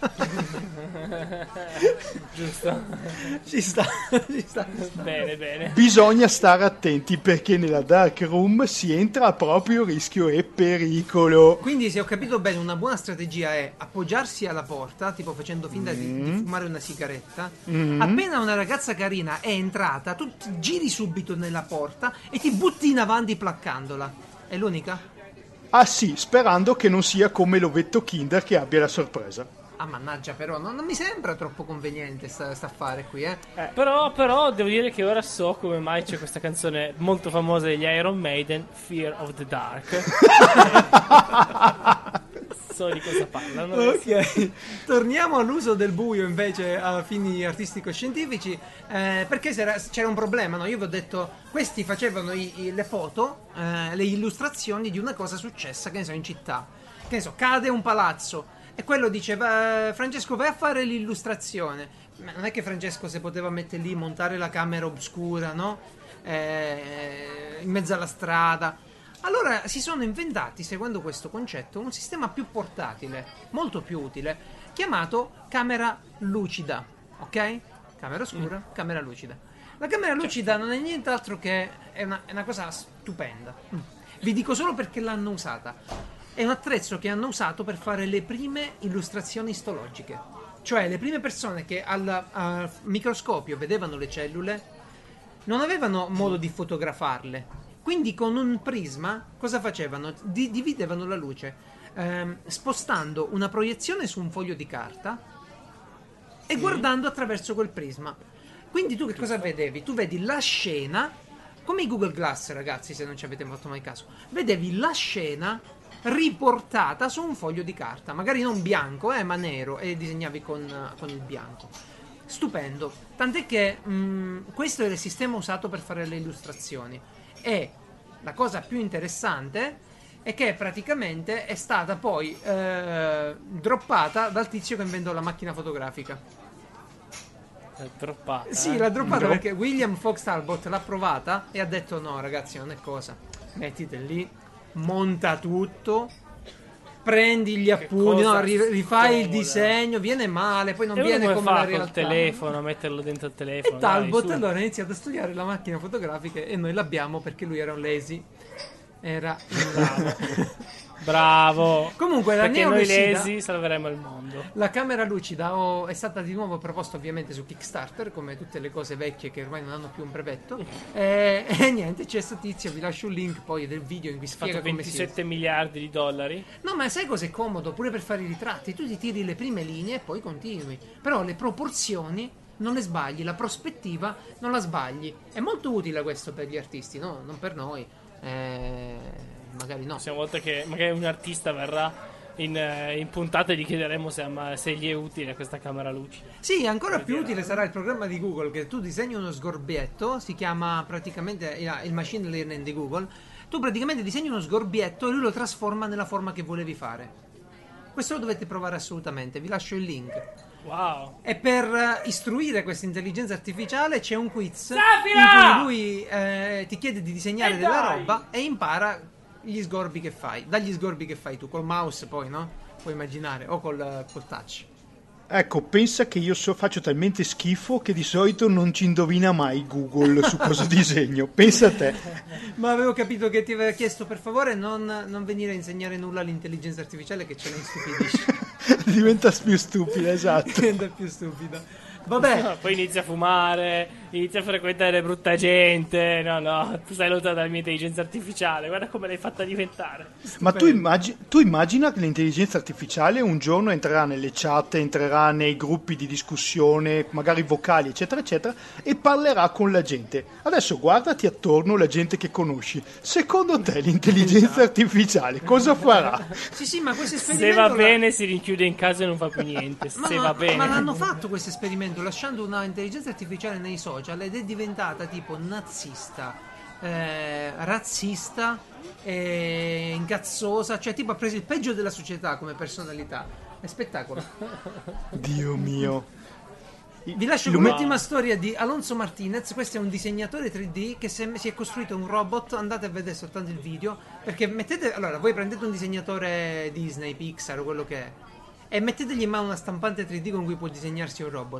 Giusto. Ci sta, ci sta, ci sta. Bene, bene. Bisogna stare attenti perché nella dark room si entra a proprio rischio e pericolo. Quindi, se ho capito bene, una buona strategia è appoggiarsi alla porta, tipo facendo finta di, di fumare una sigaretta. Mm. Appena una ragazza carina è entrata, tu ti giri subito nella porta e ti butti in avanti placcandola. È l'unica? Ah sì, sperando che non sia come l'ovetto Kinder che abbia la sorpresa. Ah, mannaggia, però, non, non mi sembra troppo conveniente sta, sta affare qui, eh. Però, però devo dire che ora so come mai c'è questa canzone molto famosa degli Iron Maiden, Fear of the Dark. So di cosa parlano. Ok, torniamo all'uso del buio invece a fini artistico-scientifici, eh, perché c'era, c'era un problema, no? Io vi ho detto, questi facevano i- i- le foto, eh, le illustrazioni di una cosa successa, che ne so, in città. Che ne so, cade un palazzo e quello diceva: Francesco, vai a fare l'illustrazione. Ma non è che Francesco si poteva mettere lì, montare la camera obscura, no? Eh, in mezzo alla strada. Allora si sono inventati, seguendo questo concetto, un sistema più portatile, molto più utile, chiamato camera lucida, ok? Camera oscura, mm. camera lucida. La camera lucida non è nient'altro che è una, è una cosa stupenda. Mm. Vi dico solo perché l'hanno usata. È un attrezzo che hanno usato per fare le prime illustrazioni istologiche. Cioè le prime persone che al, al microscopio vedevano le cellule non avevano modo di fotografarle. Quindi con un prisma cosa facevano? Di- dividevano la luce ehm, spostando una proiezione su un foglio di carta e Sì. guardando attraverso quel prisma. Quindi tu che cosa vedevi? Tu vedi la scena, come i Google Glass, ragazzi, se non ci avete fatto mai caso. Vedevi la scena riportata su un foglio di carta, magari non bianco, eh, ma nero, e disegnavi con, con il bianco. Stupendo. Tant'è che mh, questo era il sistema usato per fare le illustrazioni. E la cosa più interessante è che praticamente è stata poi eh, droppata dal tizio che inventò la macchina fotografica. L'ha droppata. Sì, eh. l'ha droppata No. perché William Fox Talbot l'ha provata e ha detto: no ragazzi, non è cosa, mettite lì, monta tutto, prendi gli appunti, cosa no, ri- rifai il scomoda. disegno, viene male, poi non E uno viene come come fa la col realtà. telefono, metterlo dentro il telefono. E dai, Talbot su. allora ha iniziato a studiare la macchina fotografica e noi l'abbiamo perché lui era un lazy. Era bravo. Bravo. Comunque la Perché noi neolesida, lesi salveremo il mondo. la camera lucida oh, è stata di nuovo proposta ovviamente su Kickstarter, come tutte le cose vecchie che ormai non hanno più un brevetto. e, e niente, c'è sto tizio, vi lascio il link poi del video in cui Ha spiega fatto come si ventisette miliardi di dollari. No, ma sai cos'è comodo? Pure per fare i ritratti, tu ti tiri le prime linee e poi continui. Però le proporzioni non le sbagli, la prospettiva non la sbagli. È molto utile questo per gli artisti, no? Non per noi. Eh, magari no. La prossima volta che magari un artista verrà in, eh, in puntata gli chiederemo se, ma, se gli è utile questa camera lucida. Sì, ancora più utile sarà il programma di Google, che tu disegni uno sgorbietto, si chiama praticamente il il machine learning di Google. Tu praticamente disegni uno sgorbietto e lui lo trasforma nella forma che volevi fare. Questo lo dovete provare assolutamente, vi lascio il link. Wow. E per eh, istruire questa intelligenza artificiale c'è un quiz Safira! in cui lui eh, ti chiede di disegnare E della dai! roba e impara gli sgorbi che fai, dagli sgorbi che fai tu col mouse, poi no? puoi immaginare, o col, col touch. Ecco, pensa che io so, faccio talmente schifo che di solito non ci indovina mai Google su cosa disegno. Pensa a te. Ma avevo capito che ti aveva chiesto per favore non, non venire a insegnare nulla all'intelligenza artificiale, che ce la instupidisce. Diventa più stupida, esatto. Diventa più stupida. Vabbè. No, poi inizia a fumare, inizia a frequentare brutta gente. No, no, tu sei lontano dalla mia intelligenza artificiale. Guarda come l'hai fatta diventare. Ma tu, immagi- tu immagina che l'intelligenza artificiale un giorno entrerà nelle chat, entrerà nei gruppi di discussione, magari vocali, eccetera, eccetera, e parlerà con la gente. Adesso guardati attorno la gente che conosci. Secondo te l'intelligenza artificiale cosa farà? Sì, sì, ma questo Se esperimento... va la- bene si rinchiude in casa e non fa più niente. Ma, Se ma- va bene. ma l'hanno fatto questo esperimento lasciando una intelligenza artificiale nei social ed è diventata tipo nazista, eh, razzista, eh, incazzosa, cioè tipo ha preso il peggio della società come personalità. È spettacolo. Dio mio. Vi lascio Lo con met- l'ultima storia di Alonso Martinez. Questo è un disegnatore tre D che si è, si è costruito un robot. Andate a vedere soltanto il video, perché mettete, allora voi prendete un disegnatore Disney, Pixar o quello che è, e mettetegli in mano una stampante tre D con cui può disegnarsi un robot.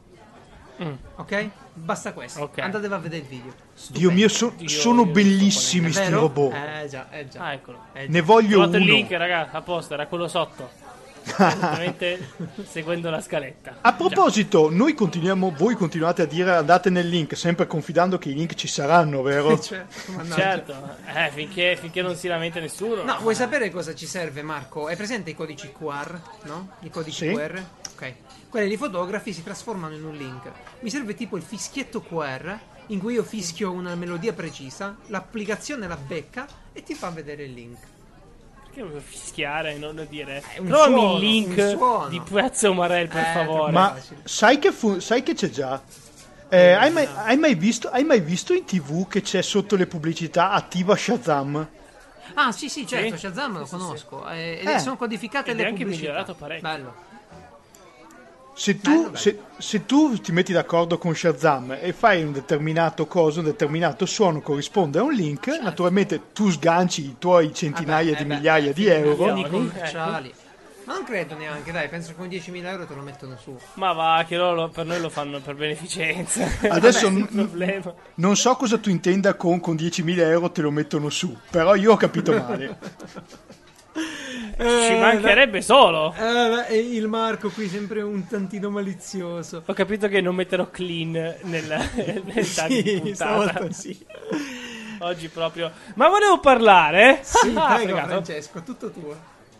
Mm. Ok? Basta questo. Ok. Andatevi a vedere il video. Dio mio, so- Dio, sono io bellissimi È sti vero? robot. Eh già, eh già. Ah, eccolo. Eh già. Ne Ho voglio trovato il uno. link, raga, a posto, era quello sotto. Esattamente seguendo la scaletta. A proposito, noi continuiamo, voi continuate a dire andate nel link, sempre confidando che i link ci saranno, vero? Cioè, Già. mannaggia. Certo, eh, finché, finché non si lamenta nessuno. No, vuoi sapere cosa ci serve, Marco? Hai presente i codici Q R, no? I codici Sì. Q R? Ok. Quelli li fotografi, si trasformano in un link. Mi serve tipo il fischietto Q R, in cui io fischio una melodia precisa, l'applicazione la becca e ti fa vedere il link. Perché devo fischiare e non dire È un trovami suono, il link un suono. di Piazza Umarell per Eh, favore. Ma facile. sai che, fu- sai che c'è già? Eh, hai, mai, hai mai visto, hai mai visto in tv che c'è sotto le pubblicità attiva Shazam? Ah, sì, sì, certo, Sì. Shazam lo Sì, sì, conosco. Eh, ed Eh. sono codificate Ed le è anche pubblicità. migliorato parecchio. Bello. Se tu, Bello, bello. se, se tu ti metti d'accordo con Shazam e fai un determinato coso, un determinato suono corrisponde a un link, naturalmente tu sganci i tuoi centinaia Vabbè, di eh beh, migliaia eh, di fini- euro. fini Ecco. commerciali. Ma non credo neanche, dai, penso che con diecimila euro te lo mettono su. Ma va, che loro lo- per noi lo fanno per beneficenza. Adesso Vabbè, n- non problema. Non so cosa tu intenda con, con diecimila euro te lo mettono su, però io ho capito male. Ci mancherebbe solo. Eh, beh, il Marco qui sempre un tantino malizioso. Ho capito che non metterò clean nella, nel tag di Sì, puntata. stavolta sì. Oggi proprio. Ma volevo parlare Sì, ah, prego fregato, Francesco, tutto tuo.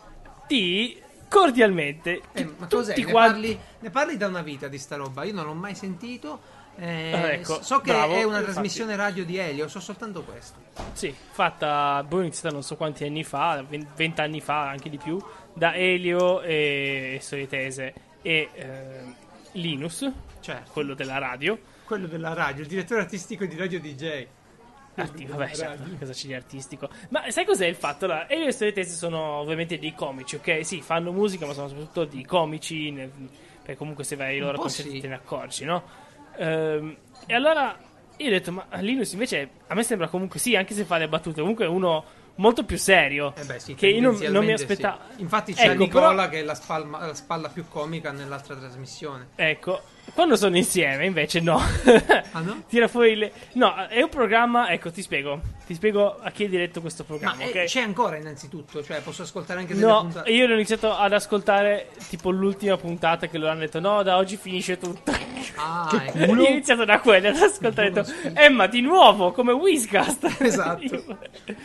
di cordialmente Eh, tu- ma cos'è? tutti Ne quanti. parli, ne parli da una vita di sta roba, io non l'ho mai sentito. eh, Ah, ecco, so che bravo, è una infatti. trasmissione radio di Elio, so soltanto questo. Sì, fatta boh, iniziata non so quanti anni fa, venti anni fa, anche di più, da Elio e Solitese e eh, Linus, Certo, quello della radio. quello della radio, il direttore artistico di Radio D J. Arti- vabbè, certo, cosa c'è di artistico. Ma sai cos'è il fatto? Allora, Elio e Solitese sono ovviamente dei comici, ok? Sì, fanno musica, ma sono soprattutto dei comici, ne- perché comunque se vai ai loro po' concerti sì. te ne accorgi, no? Ehm, e allora io ho detto, ma Linus invece a me sembra comunque sì, anche se fa le battute, comunque è uno molto più serio. Eh beh, sì, che io non, non mi tendenzialmente aspettavo. sì. Infatti c'è Ecco, Nicola però- che è la, spalma- la spalla più comica nell'altra trasmissione. Ecco, quando sono insieme invece no. Ah no? Tira fuori le... No, è un programma, ecco, ti spiego. Ti spiego a chi è diretto questo Ma programma, eh, ok? c'è ancora innanzitutto, cioè posso ascoltare anche delle No, puntate. io ho iniziato ad ascoltare tipo l'ultima puntata che loro hanno detto no, da oggi finisce tutto. Ah, Che ecco. culo. Io ho iniziato da quella ad ascoltare e ho detto Emma di nuovo come Whiscast. Esatto. Io-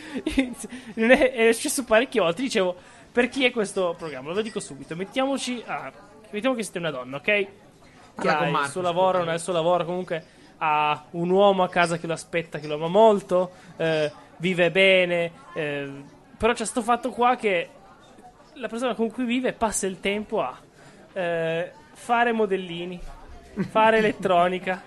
non è, è successo parecchie volte. Dicevo per chi è questo programma? Lo dico subito. Mettiamoci a mettiamo che siete una donna, ok? Che Parla ha con il Marco, suo lavoro, scusa. non ha il suo lavoro, comunque ha un uomo a casa che lo aspetta, che lo ama molto, eh, vive bene, eh, però c'è sto fatto qua che la persona con cui vive passa il tempo a eh, fare modellini, fare elettronica,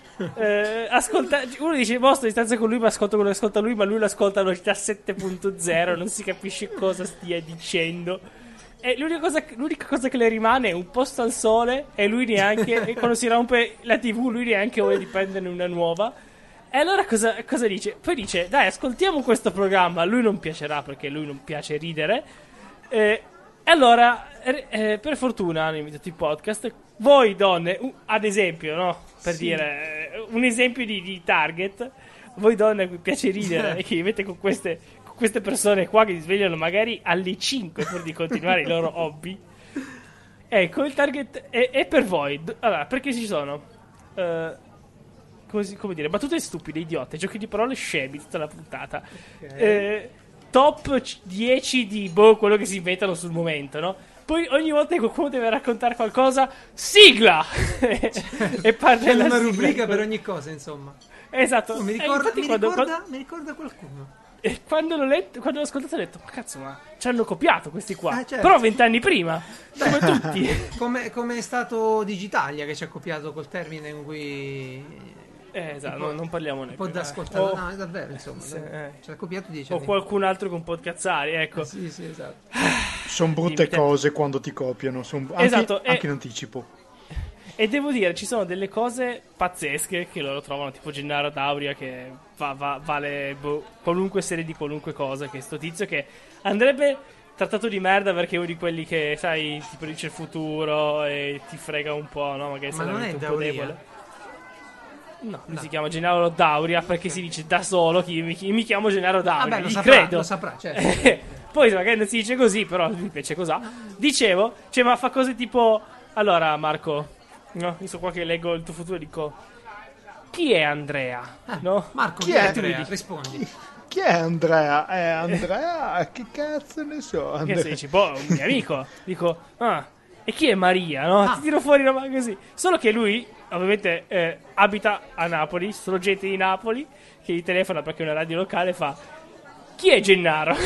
eh, ascolta, uno dice boh, sto a distanza con lui ma ascolto quello che ascolta lui, ma lui lo ascolta a velocità sette punto zero, non si capisce cosa stia dicendo. E l'unica cosa, l'unica cosa che le rimane è un posto al sole e lui neanche, e quando si rompe la tivù lui neanche vuole di prenderne una nuova. E allora cosa, cosa dice? Poi dice dai ascoltiamo questo programma, a lui non piacerà perché a lui non piace ridere, eh, allora, eh, per fortuna hanno invitato i podcast. Voi donne, uh, ad esempio, no? Per Sì. dire, eh, un esempio di, di target. Voi donne a cui piace ridere e che vivete con queste, con queste persone qua che si svegliano magari alle cinque pur di continuare i loro hobby. Ecco, il target è, è per voi. D- Allora, perché ci sono? eh, come, come dire, battute stupide, idiote, giochi di parole scemi tutta la puntata. Eh, top c- dieci di boh, quello che si inventano sul momento, no? Poi ogni volta che qualcuno deve raccontare qualcosa, sigla! E parte C'è la una sigla. rubrica per ogni cosa, insomma. Esatto. Oh, mi E ricorda, infatti mi quando, ricorda, quando- mi ricorda qualcuno. e quando l'ho letto, quando l'ho ascoltato ho detto, ma cazzo, ma ci hanno copiato questi qua. Eh, certo. Però vent'anni prima, come tutti. Come, come è stato Digitalia che ci ha copiato col termine in cui... Eh, esatto, un po'- no, non parliamo Un ne po' più, da eh. ascoltare. O- No, è davvero, insomma. sì, davvero. eh. Ce l'ha copiato dieci O anni. qualcun altro con podcazzari, ecco. Sì, sì, esatto. Sono brutte Limite. cose quando ti copiano, son- anche, Esatto, e- anche in anticipo. E devo dire, ci sono delle cose pazzesche che loro trovano, tipo Gennaro Dauria, che va- va- vale boh, qualunque serie di qualunque cosa, che è sto tizio che andrebbe trattato di merda perché è uno di quelli che, sai, ti predice il futuro e ti frega un po', no? Magari Ma sei non è veramente un po' Dauria? debole. No, lui No. si chiama Gennaro Dauria perché si dice da solo che io mi, io mi chiamo Gennaro Dauria. Vabbè, lo gli saprà, credo. lo saprà, certo. Poi magari non si dice così, però mi piace così. Dicevo, cioè, ma fa cose tipo. Allora, Marco, no? Io sono qua che leggo il tuo futuro e dico. Chi è Andrea? Eh, No? Marco, Chi chi è? è Andrea? Rispondi. Chi è Andrea? Eh, Andrea? Che cazzo ne so? Che Andrea. si dice, boh, un mio amico. Dico, ah, e chi è Maria? No? Ah. Ti tiro fuori roba così. Solo che lui, ovviamente, eh, abita a Napoli. Sono gente di Napoli che gli telefona perché è una radio locale e fa. Chi è Gennaro?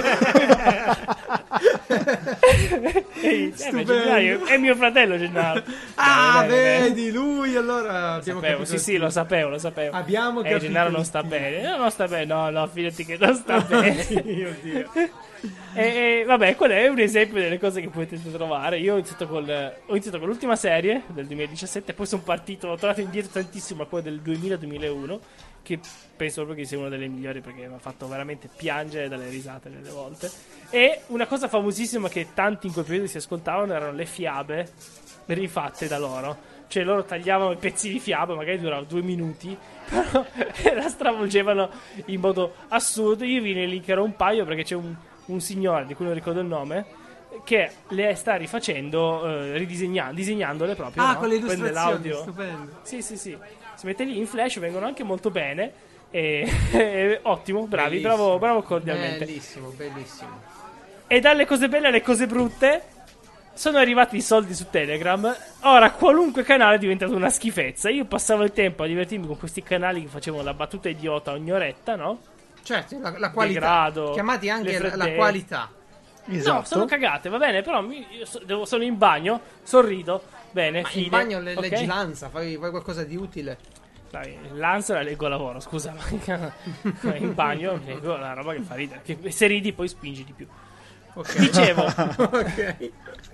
Ehi, eh, beh, Gennaro è mio fratello Gennaro. Ah, Bene, bene, bene. vedi, lui allora abbiamo Sapevo, capito sì, sì, tutto. lo sapevo, lo sapevo. Abbiamo Eh, capito Gennaro non sta tutti. bene. No, non sta bene. No, no, fidati che non sta bene. Oddio, oddio. E, e, vabbè, quello è un esempio delle cose che potete trovare. Io ho iniziato, col, ho iniziato con l'ultima serie del duemiladiciassette, poi sono partito, ho tornato indietro tantissimo a quella del duemila-duemilauno, che penso proprio che sia una delle migliori perché mi ha fatto veramente piangere dalle risate delle volte. E una cosa famosissima che tanti in quel periodo si ascoltavano erano le fiabe rifatte da loro. Cioè loro tagliavano i pezzi di fiaba, magari duravano due minuti, però la stravolgevano in modo assurdo. Io vi ne linkerò un paio perché c'è un, un signore di cui non ricordo il nome che le sta rifacendo, eh, ridisegnando, disegnandole proprio. Ah, no? con le Prende illustrazioni, l'audio. stupendo. Sì, sì, sì. Si mette lì in flash, vengono anche molto bene. E, e ottimo, bravi, Bellissimo. bravo, bravo cordialmente. Bellissimo, bellissimo. E dalle cose belle alle cose brutte sono arrivati i soldi su Telegram. Ora qualunque canale è diventato una schifezza. Io passavo il tempo a divertirmi con questi canali che facevano la battuta idiota ogni oretta, no? Certo, la, la qualità. Degrado, Chiamati anche le la, la freddezze. qualità. Esatto. No, sono cagate, va bene, però mi, io so- devo- sono in bagno, sorrido, bene, Ma fine, in bagno le, ok? leggi Lanza, fai, fai qualcosa di utile. Dai, Lanza la leggo a lavoro, scusa, ma in bagno leggo la roba che fa ridere. Che se ridi poi spingi di più. Ok. Dicevo, Ok.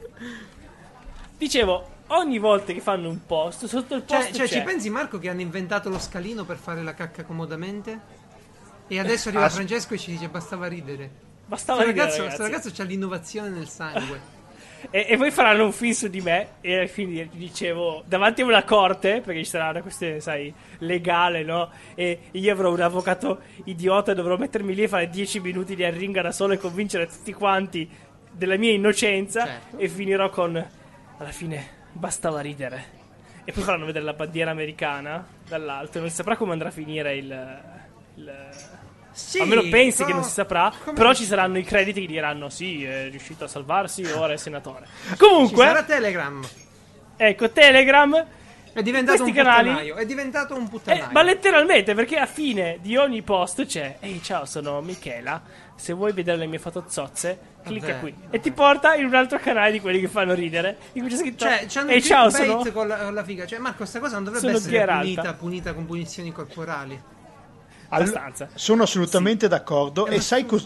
dicevo, ogni volta che fanno un post, sotto il post Cioè, cioè c'è... ci pensi Marco che hanno inventato lo scalino per fare la cacca comodamente? E adesso arriva Ah, Francesco e ci dice bastava ridere. Bastava Sto ridere, ragazzo, ragazzi. sto ragazzo c'ha l'innovazione nel sangue. E, e poi faranno un film su di me. E quindi dicevo, davanti a una corte, perché ci sarà una questione, sai, legale, no? E io avrò un avvocato idiota e dovrò mettermi lì a fare dieci minuti di arringa da solo e convincere tutti quanti della mia innocenza. Certo. E finirò con, alla fine, bastava ridere. E poi faranno vedere la bandiera americana dall'alto. E non si saprà come andrà a finire il... il Sì, almeno pensi però- che non si saprà, come- però ci saranno i crediti che diranno sì, è riuscito a salvarsi, ora è senatore. Ci Comunque, sarà Telegram. ecco, Telegram, È diventato questi un canali- puttanaio. È diventato un eh, puttanaio. ma letteralmente, perché a fine di ogni post c'è ehi ciao, sono Michela, se vuoi vedere le mie foto zozze, clicca Vabbè, qui. vabbè. E ti porta in un altro canale di quelli che fanno ridere, in cui c'è scritto Cioè, c'hanno ehi il ciao, clickbait sono... con, la, con la figa. Cioè, Marco, sta cosa non dovrebbe sono essere Geralta. punita, punita con punizioni corporali. All- abbastanza. Sono assolutamente d'accordo. E sai, cos-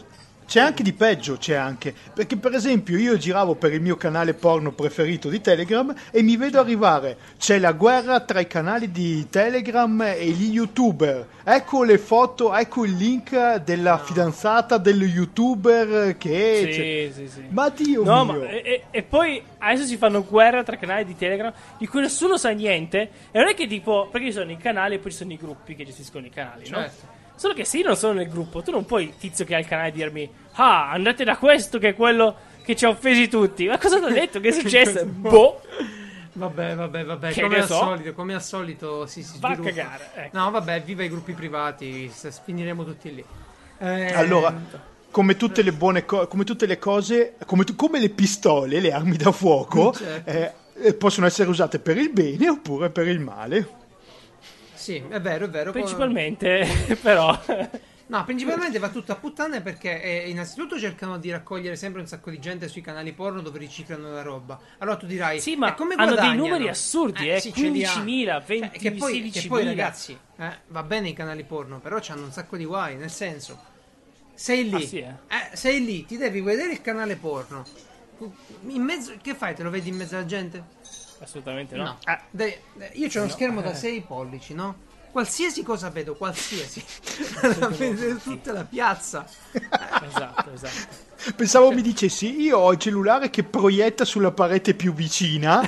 C'è anche di peggio, c'è anche. Perché per esempio io giravo per il mio canale porno preferito di Telegram e mi vedo arrivare, c'è la guerra tra i canali di Telegram e gli YouTuber. Ecco le foto, ecco il link della no. fidanzata dello YouTuber che... Sì, sì, sì. Ma Dio no, mio! Ma, e, e poi adesso si fanno guerra tra canali di Telegram di cui nessuno sa niente. E non è che tipo, perché ci sono i canali e poi ci sono i gruppi che gestiscono i canali, certo. no? Solo che se io non sono nel gruppo, tu non puoi, tizio che ha il canale, dirmi ah, andate da questo che è quello che ci ha offesi tutti. Ma cosa ti ho detto? Che è successo? Boh. Vabbè, vabbè, vabbè, che come al so? solito, come al solito si, si va sviluppa. a cagare, ecco. No, vabbè, viva i gruppi privati, finiremo tutti lì. Eh, allora, come tutte le buone cose, come tutte le cose, come, tu- come le pistole, le armi da fuoco, certo. eh, possono essere usate per il bene oppure per il male. Sì, è vero, è vero. Principalmente, però... No, principalmente va tutto a puttane perché eh, innanzitutto cercano di raccogliere sempre un sacco di gente sui canali porno dove riciclano la roba. Allora tu dirai, sì, ma come hanno guadagnano? dei numeri assurdi, eh, eh sì, quindicimila, venti, cioè, che poi, sedicimila. Che poi ragazzi, eh, va bene i canali porno, però c'hanno un sacco di guai, nel senso, sei lì, ah, sì, eh. Eh, sei lì, ti devi vedere il canale porno. In mezzo, che fai? Te lo vedi in mezzo alla gente? Assolutamente no. no. Eh, dai, io c'ho uno no. schermo da sei pollici, no? Qualsiasi cosa vedo, qualsiasi, la vedo tutta la piazza. Esatto, esatto. Pensavo mi dicessi, io ho il cellulare che proietta sulla parete più vicina.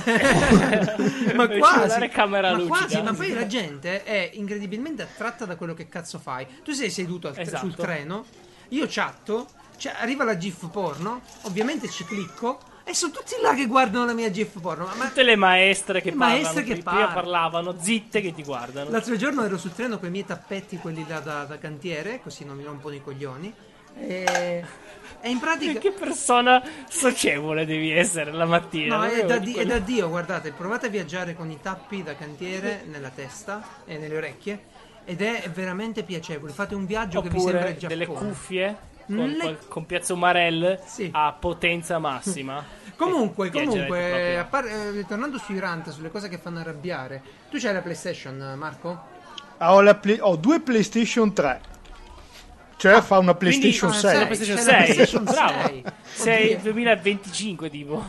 ma quasi, camera ma lucida. quasi, ma poi la gente è incredibilmente attratta da quello che cazzo fai. Tu sei seduto al tre- esatto. sul treno, io chatto, cioè arriva la GIF porno, ovviamente ci clicco. E sono tutti là che guardano la mia GIF porno. Ma tutte le maestre che le parlano, maestre che prima parlano. parlavano, zitte che ti guardano. L'altro giorno ero sul treno con i miei tappetti, quelli là da, da cantiere, così non mi rompono i coglioni. E, e in pratica... Che persona socievole devi essere la mattina. No, è da, di, è da Dio, guardate, provate a viaggiare con i tappi da cantiere nella testa e nelle orecchie ed è veramente piacevole. Fate un viaggio oppure che vi sembra il Giappone. Delle cuffie con, Le... con Piazza Umarell sì. a potenza massima. Comunque, comunque, a par- eh, tornando sui rant, sulle cose che fanno arrabbiare, tu c'hai la PlayStation, Marco? Ah, ho, la play- ho due PlayStation tre. Cioè ah, fa una PlayStation quindi, sei. Ah, la PlayStation sei. sei. La PlayStation bravo. sei. Sei duemilaventicinque tipo.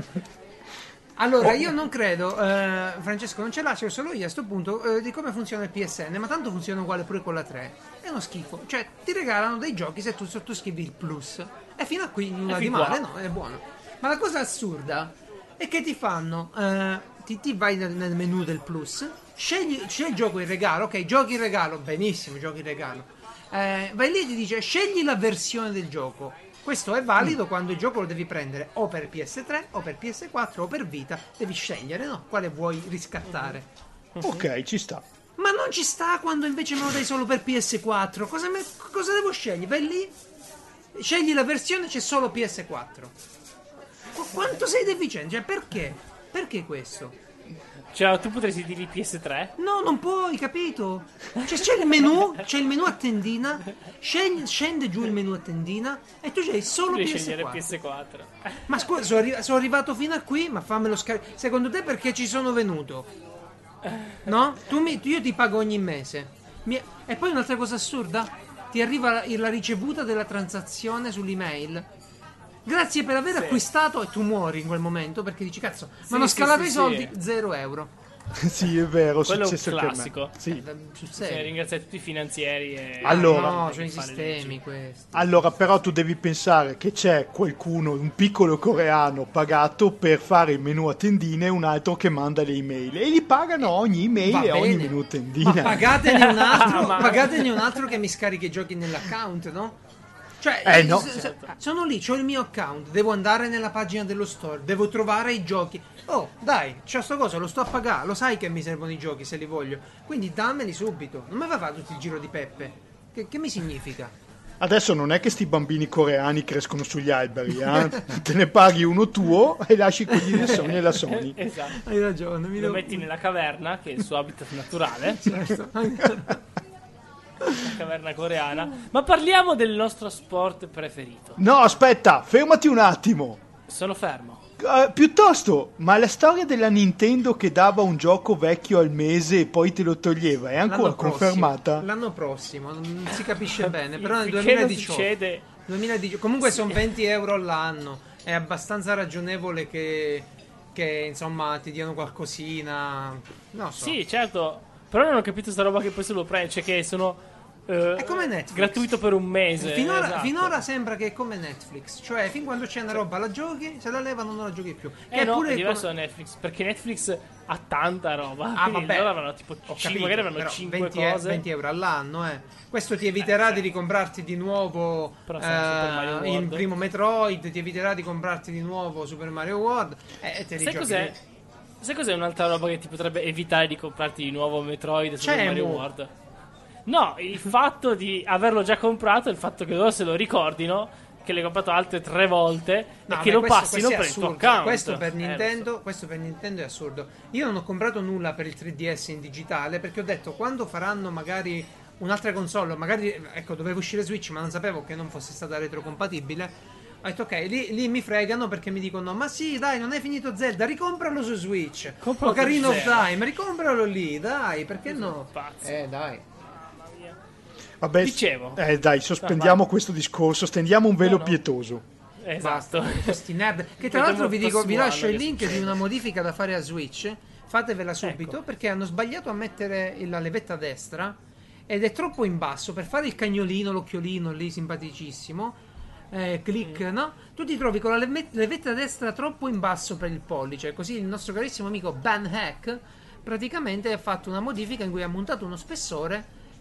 Allora, io non credo, eh, Francesco non ce l'ha, c'è solo io a sto punto, eh, di come funziona il P S N, ma tanto funziona uguale pure con la tre. È uno schifo. Cioè, ti regalano dei giochi se tu sottoscrivi il Plus. E fino a qui nulla di male, no, è buono. Ma la cosa assurda è che ti fanno, eh, ti, ti vai nel, nel menu del Plus, scegli, c'è il gioco in regalo, ok, giochi in regalo, benissimo, giochi in regalo. Eh, vai lì e ti dice, scegli la versione del gioco. Questo è valido mm. quando il gioco lo devi prendere o per P S tre, o per P S quattro, o per Vita. Devi scegliere, no? Quale vuoi riscattare. Ok, ci sta. Ma non ci sta quando invece me lo dai solo per P S quattro. Cosa, me, cosa devo scegliere? Vai lì, scegli la versione, c'è solo P S quattro. Quanto sei deficiente? Cioè, perché? Perché questo? Cioè, tu potresti dirgli P S tre? No, non puoi, capito? Cioè, c'è il menu, c'è il menu a tendina, scegli, scende giù il menu a tendina e tu c'hai solo Devi P S quattro. scegliere P S quattro. Ma scusa, sono, arri- sono arrivato fino a qui, ma fammelo scaricare. Secondo te perché ci sono venuto? No? Tu mi, io ti pago ogni mese. Mi- e poi un'altra cosa assurda, ti arriva la, la ricevuta della transazione sull'email. Grazie per aver sì. acquistato, e tu muori in quel momento perché dici cazzo, sì, ma non sì, scalava sì, i soldi, sì. zero euro. Sì, è vero, quello è un successo classico. Sì. Sì, ringraziare tutti i finanzieri e allora, no, sono i sistemi questi. Allora, però tu devi pensare che c'è qualcuno, un piccolo coreano pagato per fare il menu a tendine e un altro che manda le email e gli pagano ogni email Va e bene. ogni menu a tendina. Ma pagatene un altro, pagatene un altro che mi scarichi i giochi nell'account, no? Cioè, eh, no. s- s- sono lì, c'ho il mio account, devo andare nella pagina dello store, devo trovare i giochi. Oh, dai, c'ho sto coso, lo sto a pagare, lo sai che mi servono i giochi se li voglio. Quindi dammeli subito. Non mi va a fare tutto il giro di Peppe. Che, che mi significa? Adesso non è che sti bambini coreani crescono sugli alberi, eh? Te ne paghi uno tuo e lasci quelli di Sony e la Sony. Esatto. Hai ragione, mi lo devo... metti nella caverna, che è il suo habitat naturale. Certo. La caverna coreana. Ma parliamo del nostro sport preferito. No, aspetta, fermati un attimo. Sono fermo. Uh, piuttosto, ma la storia della Nintendo che dava un gioco vecchio al mese e poi te lo toglieva è ancora L'anno confermata? Prossimo, l'anno prossimo, non si capisce bene, però nel Finché non duemiladiciotto, succede. duemiladiciotto comunque sono venti euro all'anno, è abbastanza ragionevole che, che insomma ti diano qualcosina, non so. Sì, certo. Però non ho capito sta roba che poi se lo prendi, cioè che sono eh, È come Netflix. gratuito per un mese. Finora, esatto. finora sembra che è come Netflix, cioè fin quando c'è una roba la giochi, se la levano non la giochi più. Che Eh no, pure è diverso come- da Netflix, perché Netflix ha tanta roba. Ah, quindi vabbè. loro avranno tipo Ho cinque, capito, magari avranno però cinque venti, e- cose. venti euro all'anno, eh. Questo ti eviterà di ricomprarti di nuovo Però sai, Super Mario eh, il World. primo Metroid, ti eviterà di comprarti di nuovo Super Mario World e, e te li Sai giochi cos'è? lì. Sai cos'è un'altra roba che ti potrebbe evitare di comprarti di nuovo Metroid e Super C'è Mario mo. World? No, il fatto di averlo già comprato, il fatto che loro se lo ricordino, che l'hai comprato altre tre volte No, e che beh, lo questo- passino questo è per il tuo assurdo. account. Questo per, Eh, Nintendo, lo so. questo per Nintendo è assurdo. Io non ho comprato nulla per il tre D S in digitale perché ho detto quando faranno magari un'altra console, magari ecco doveva uscire Switch ma non sapevo che non fosse stata retrocompatibile. Ho detto ok, lì, lì mi fregano perché mi dicono ma sì dai non hai finito Zelda, ricompralo su Switch. Compralo Ocarina su of Zelda. Time, ricompralo lì, dai, perché no? Pazzo. Eh dai. Vabbè, Dicevo. eh, dai, sospendiamo vai. questo discorso, stendiamo un velo No, no. pietoso. Esatto. Basta, questi nerd. Che tra Vediamo l'altro vi il dico, vi prossimo lascio anno il che link succede. di una modifica da fare a Switch. Fatevela subito Ecco. perché hanno sbagliato a mettere il- la levetta a destra ed è troppo in basso per fare il cagnolino, l'occhiolino lì simpaticissimo. Eh, click, Mm. no? Tu ti trovi con la leve- levetta a destra troppo in basso per il pollice. Così il nostro carissimo amico Ben Hack praticamente ha fatto una modifica in cui ha montato uno spessore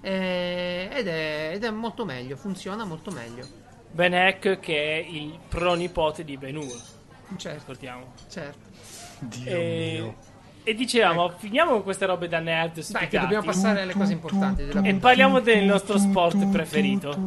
eh, ed, è, ed è molto meglio, funziona molto meglio. Ben Hack, che è il pronipote di Ben Hur, Certo, ricordiamo. certo. Dio E, mio. e dicevamo, finiamo con queste robe da nerd Dai, spiegati. che dobbiamo passare alle cose importanti della E puntata. parliamo del nostro sport preferito.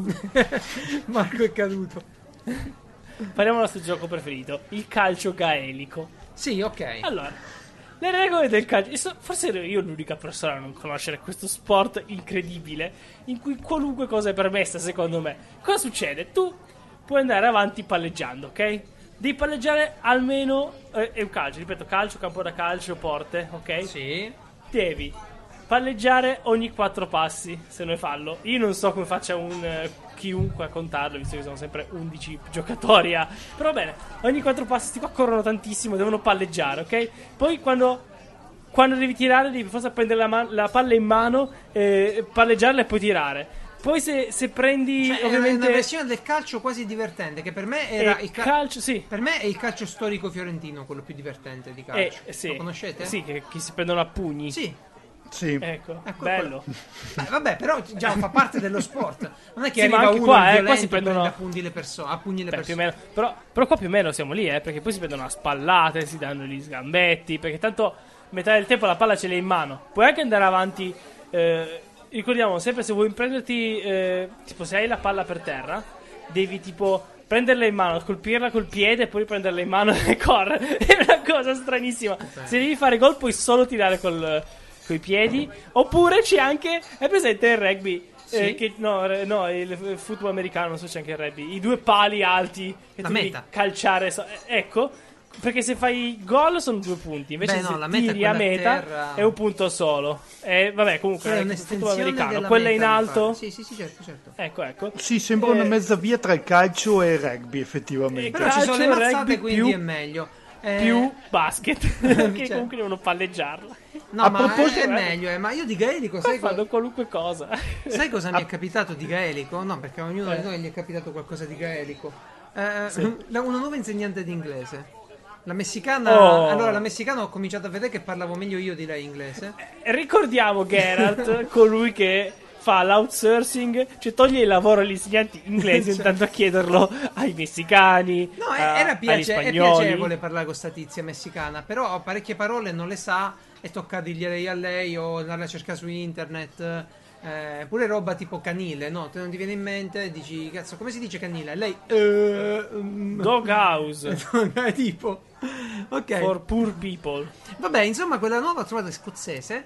Marco è caduto. Parliamo del nostro gioco preferito, il calcio gaelico. Sì, ok. Allora, le regole del calcio. e so- Forse ero io l'unica persona a non conoscere questo sport incredibile in cui qualunque cosa è permessa, secondo me. Cosa succede? Tu puoi andare avanti palleggiando, ok? Devi palleggiare almeno. eh, È un calcio, ripeto, calcio, campo da calcio, porte, ok? Sì. Devi palleggiare ogni quattro passi se non è fallo. Io non so come faccia un eh, chiunque a contarlo, visto che sono sempre undici giocatori a... Però bene, ogni quattro passi sti qua corrono tantissimo, devono palleggiare, ok? Poi quando, quando devi tirare devi forse prendere la, man- la palla in mano, eh, palleggiarla e poi tirare. Poi se, se prendi Cioè, è ovviamente una versione del calcio quasi divertente. Che per me era eh, il ca- calcio, sì. Per me è il calcio storico fiorentino, quello più divertente di Eh, calcio. sì. Lo conoscete? Sì, che, che si prendono a pugni. Sì. Sì. Ecco, Ecco, bello. Beh, vabbè, però già fa parte dello sport. Non è che Sì, ma arriva anche uno qua, eh, violento qua si e prendono- prende a pugni le persone, a pugni le Beh, più o persone. meno. Però, però qua più o meno siamo lì, eh, perché poi si prendono a spallate, si danno gli sgambetti, perché tanto metà del tempo la palla ce l'hai in mano. Puoi anche andare avanti, eh, ricordiamo sempre se vuoi prenderti, eh, tipo se hai la palla per terra, devi tipo prenderla in mano, colpirla col piede e poi prenderla in mano e correre. È una cosa stranissima. Se devi fare gol puoi solo tirare col, coi piedi, oppure c'è anche, è presente il rugby? Eh, Sì. che, no, re- no, il f- football americano, non so se c'è anche il rugby. I due pali alti che La tu devi meta. calciare. so- eh, ecco, perché se fai gol sono due punti. Invece Beh, no, se la meta è tiri a quella a meta terra. è un punto solo. E vabbè, comunque Quella è è il football un'estensione americano. della Quella meta, in mi alto. pare. Sì, sì, sì, certo, certo. Ecco, ecco. Sì, sembra una Eh, mezza via tra il calcio e il rugby, effettivamente. Eh, Però ci sono le Calcio, mazzate, rugby, quindi più- è meglio. Eh, Più basket. Che Cioè- comunque devono palleggiarla. No, A ma proposito- è, è meglio, eh, ma io di gaelico, Poi sai, co- fanno qualunque cosa. sai cosa mi è capitato di gaelico? No, perché a ognuno Eh. di noi gli è capitato qualcosa di gaelico. Eh, Sì. da una nuova insegnante di inglese. La messicana, Oh. allora la messicana ho cominciato a vedere che parlavo meglio io di lei inglese. Ricordiamo Geralt, colui che fa l'outsourcing, cioè toglie il lavoro agli insegnanti inglesi, Cioè. intanto a chiederlo ai messicani. No, a- è- era agli piace- è spagnoli. piacevole parlare con sta tizia messicana, però parecchie parole non le sa e tocca dirgliele a lei o andarle a cercare su internet. Eh, pure roba tipo canile, no? Te non ti viene in mente e dici, cazzo, come si dice canile? E lei, eh, mm, Doghouse è tipo, ok. for poor people. Vabbè, insomma, quella nuova trovata scozzese.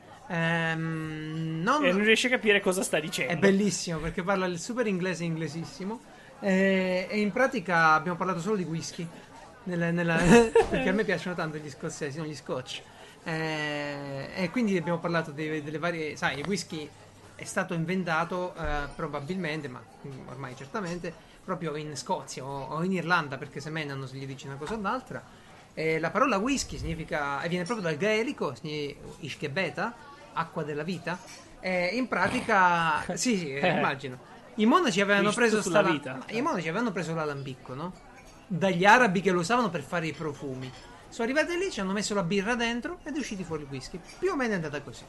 ehm, non... E non riesce a capire cosa sta dicendo. È bellissimo perché parla il super inglese inglesissimo. Eh, e in pratica abbiamo parlato solo di whisky. nella, nella, perché a me piacciono tanto gli scozzesi, non gli scotch. Eh, e quindi abbiamo parlato dei, delle varie, sai, il whisky è stato inventato eh, probabilmente, ma ormai certamente, proprio in Scozia o, o in Irlanda, perché se me non si gli dice una cosa o l'altra. Eh, la parola whisky significa, e viene proprio dal gaelico, significa ischebeta, acqua della vita. E in pratica, sì, sì, eh, immagino. I monaci avevano Visto preso sulla sta, vita. i monaci avevano preso l'alambicco, no? Dagli arabi che lo usavano per fare i profumi. Sono arrivati lì, ci hanno messo la birra dentro ed è usciti fuori il whisky. Più o meno è andata così.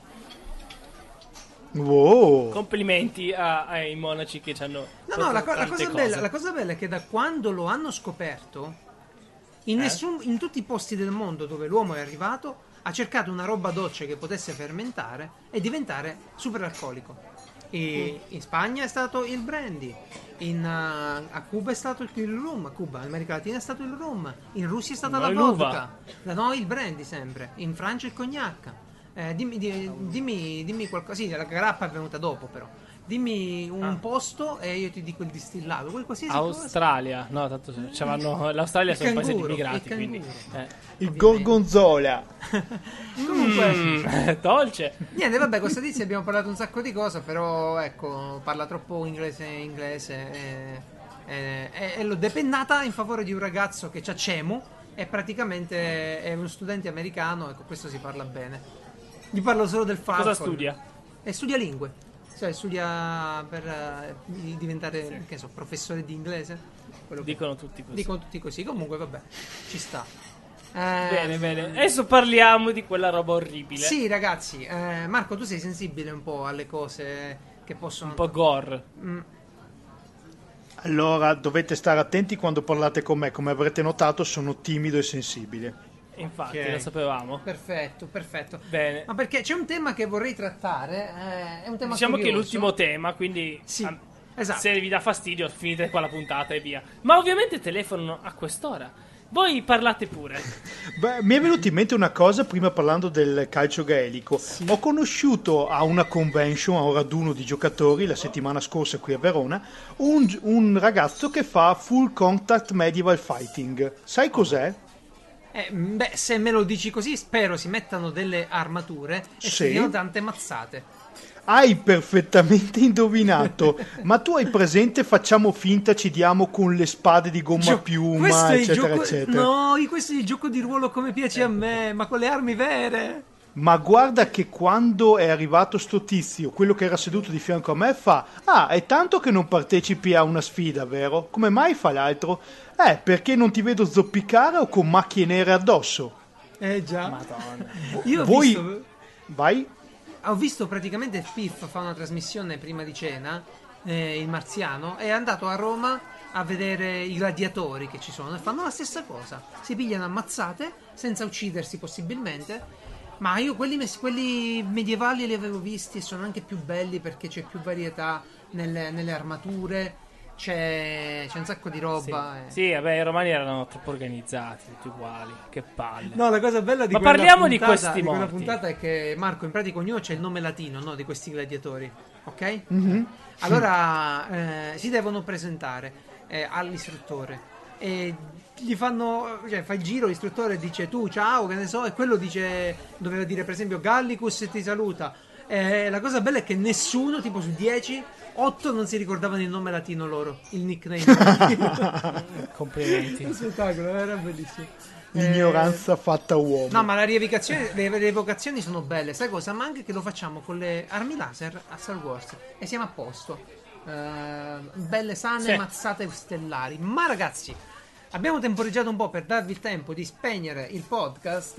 Wow. Complimenti a- ai monaci che ci hanno. No, no, la, co- la tante cosa cose. bella, la cosa bella è che da quando lo hanno scoperto, in, Eh? nessun, in tutti i posti del mondo dove l'uomo è arrivato, ha cercato una roba dolce che potesse fermentare e diventare super alcolico. E in Spagna è stato il brandy, in, uh, a Cuba è stato il, il rum, a Cuba, in America Latina è stato il rum, in Russia è stata Noi la l'uva. vodka, da noi il brandy sempre, in Francia il cognac. Eh, dimmi, di- dimmi, dimmi qualcosa, sì, la grappa è venuta dopo però. Dimmi un Ah. posto e io ti dico il distillato, quel qualsiasi cosa. Australia, no, tanto c'avevano- l'Australia Il sono un paese di canguro, immigrati, il quindi. canguro. Eh. Il Ovviamente. gorgonzola. Comunque, Mm, dolce. niente, vabbè, con sta tizia abbiamo parlato un sacco di cose, però ecco, parla troppo inglese inglese e, e- e- e l'ho depennata in favore di un ragazzo che c'ha Cemu e praticamente è uno studente americano, ecco, questo si parla bene. Gli parlo solo del Falcon. Cosa studia? E studia lingue. Cioè, studia per eh, diventare, che so, professore di inglese. Quello che- Dicono tutti così. Dicono tutti così. Comunque, vabbè, ci sta. Eh, Bene, bene. Adesso parliamo di quella roba orribile. Sì, ragazzi, eh, Marco, tu sei sensibile un po' alle cose che possono... Un po' gore. Mm, Allora dovete stare attenti quando parlate con me, come avrete notato sono timido e sensibile. Infatti, Ok. lo sapevamo. perfetto, perfetto. Bene. Ma perché c'è un tema che vorrei trattare, eh, è un tema Diciamo che è curioso. l'ultimo tema, quindi Sì, ah, esatto. se vi dà fastidio, finite qua la puntata e via. Ma ovviamente telefonano a quest'ora. Voi parlate pure. Beh, mi è venuta in mente una cosa prima parlando del calcio gaelico. Ho conosciuto a una convention, a un raduno di giocatori la settimana scorsa qui a Verona, un, un ragazzo che fa full contact medieval fighting. Sai cos'è? Eh, beh, se me lo dici così, spero si mettano delle armature e Sì. si diano tante mazzate. Hai perfettamente indovinato, ma tu hai presente facciamo finta ci diamo con le spade di gomma Gio- piuma, questo è il eccetera, gioco... eccetera. No, questo è il gioco di ruolo come piace a me, ma con le armi vere. Ma guarda che quando è arrivato sto tizio, quello che era seduto di fianco a me, fa: ah, è tanto che non partecipi a una sfida, vero? Come mai fa l'altro? Eh, perché non ti vedo zoppicare o con macchie nere addosso. Eh già. Madonna. Io ho Voi- visto... Vai. Ho visto praticamente Piff fa una trasmissione prima di cena, eh, il Marziano, è andato a Roma a vedere i gladiatori che ci sono e fanno la stessa cosa. Si pigliano ammazzate senza uccidersi possibilmente. Ma io quelli, mes- quelli medievali li avevo visti e sono anche più belli perché c'è più varietà nelle, nelle armature, c'è, c'è un sacco di roba. e- Sì, vabbè, i romani erano troppo organizzati, tutti uguali. Che palle. No, la cosa bella di Ma quella parliamo di puntata, questi di quella morti. puntata è che Marco, in pratica ognuno c'è il nome latino, no, di questi gladiatori, ok? Mhm. Allora eh, si devono presentare eh, all'istruttore e gli fanno, cioè fa il giro, l'istruttore dice tu ciao, che ne so, e quello dice, doveva dire per esempio Gallicus ti saluta. E la cosa bella è che nessuno, tipo su dieci, otto non si ricordavano il nome latino loro, il nickname. Complimenti. Spettacolo, era bellissimo. Ignoranza fatta uomo. No, ma la rievocazione, le, le evocazioni sono belle, sai cosa? Ma anche che lo facciamo con le armi laser a Star Wars e siamo a posto. Eh, belle sane Sì. mazzate stellari. Ma ragazzi, abbiamo temporeggiato un po' per darvi il tempo di spegnere il podcast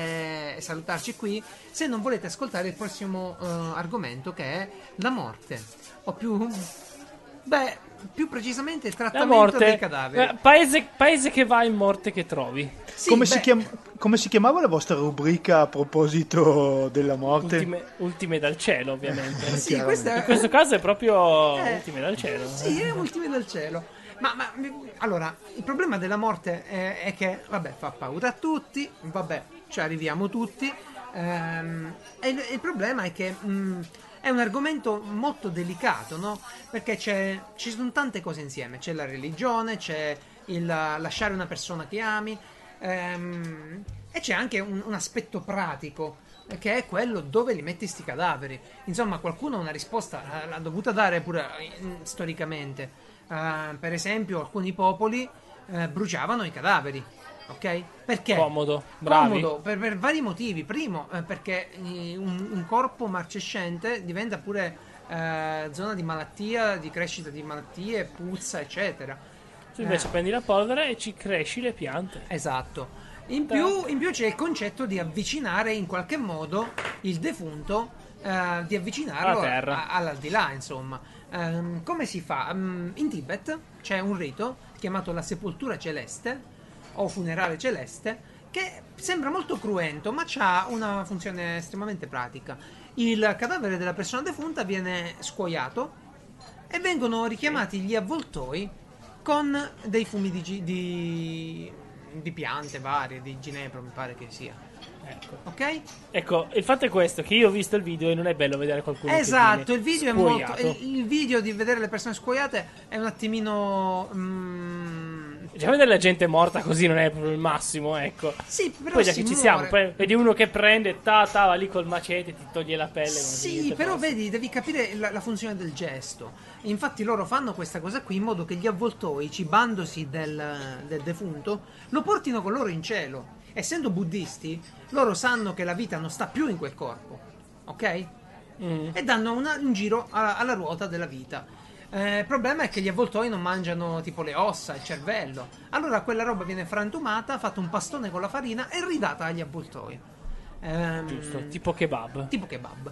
e salutarci qui. Se non volete ascoltare il prossimo eh, argomento, che è la morte, o più, beh, più precisamente il La trattamento morte. dei cadaveri. Eh, Paese, paese che vai, morte che trovi. Sì, come, beh, si chiam- come si chiamava la vostra rubrica a proposito della morte? Ultime, ultime dal cielo, ovviamente. Sì, questa è- In questo caso è proprio Eh, ultime dal cielo. Sì, è ultime dal cielo. Ma, ma allora, il problema della morte è, è che, vabbè, fa paura a tutti, vabbè, ci arriviamo tutti. ehm, e il, il problema è che mh, è un argomento molto delicato, no? Perché c'è, ci sono tante cose insieme. C'è la religione, c'è il lasciare una persona che ami, ehm, e c'è anche un, un aspetto pratico, eh, che è quello dove li metti sti cadaveri. Insomma, qualcuno una risposta eh, l'ha dovuta dare pure eh, storicamente. Eh, per esempio, alcuni popoli eh, bruciavano i cadaveri. Ok? Perché? Comodo, bravi. Comodo per, per vari motivi. Primo, eh, perché eh, un, un corpo marcescente diventa pure eh, zona di malattia, di crescita di malattie, puzza, eccetera. Tu invece Eh, prendi la polvere e ci cresci le piante. Esatto. In più, in più c'è il concetto di avvicinare in qualche modo il defunto, eh, di avvicinarlo Alla terra. a- all'aldilà, insomma. Ehm, come si fa? Ehm, in Tibet c'è un rito chiamato la sepoltura celeste o funerale celeste, che sembra molto cruento, ma ha una funzione estremamente pratica. Il cadavere della persona defunta viene scuoiato e vengono richiamati gli avvoltoi con dei fumi di, gi- di, di piante varie, di ginepro mi pare che sia. Ecco. Ok? Ecco, il fatto è questo, che io ho visto il video e non è bello vedere qualcuno Esatto, che il video è scuoiato. molto. Il, il video di vedere le persone scuoiate è un attimino. mm, Già vedere la gente morta così non è proprio il massimo, ecco. sì, però Poi già si che ci muore. siamo, poi vedi uno che prende, ta, ta, va lì col macete, ti toglie la pelle. come se Sì, niente però fosse. vedi, devi capire la, la funzione del gesto. Infatti loro fanno questa cosa qui in modo che gli avvoltoi, cibandosi del, del defunto, lo portino con loro in cielo. Essendo buddisti, loro sanno che la vita non sta più in quel corpo, ok? Mm. E danno una- un giro a- alla ruota della vita. Eh, il problema è che gli avvoltoi non mangiano tipo le ossa, il cervello. Allora quella roba viene frantumata, fatta un pastone con la farina e ridata agli avvoltoi. Ehm, Giusto, tipo kebab. Tipo kebab.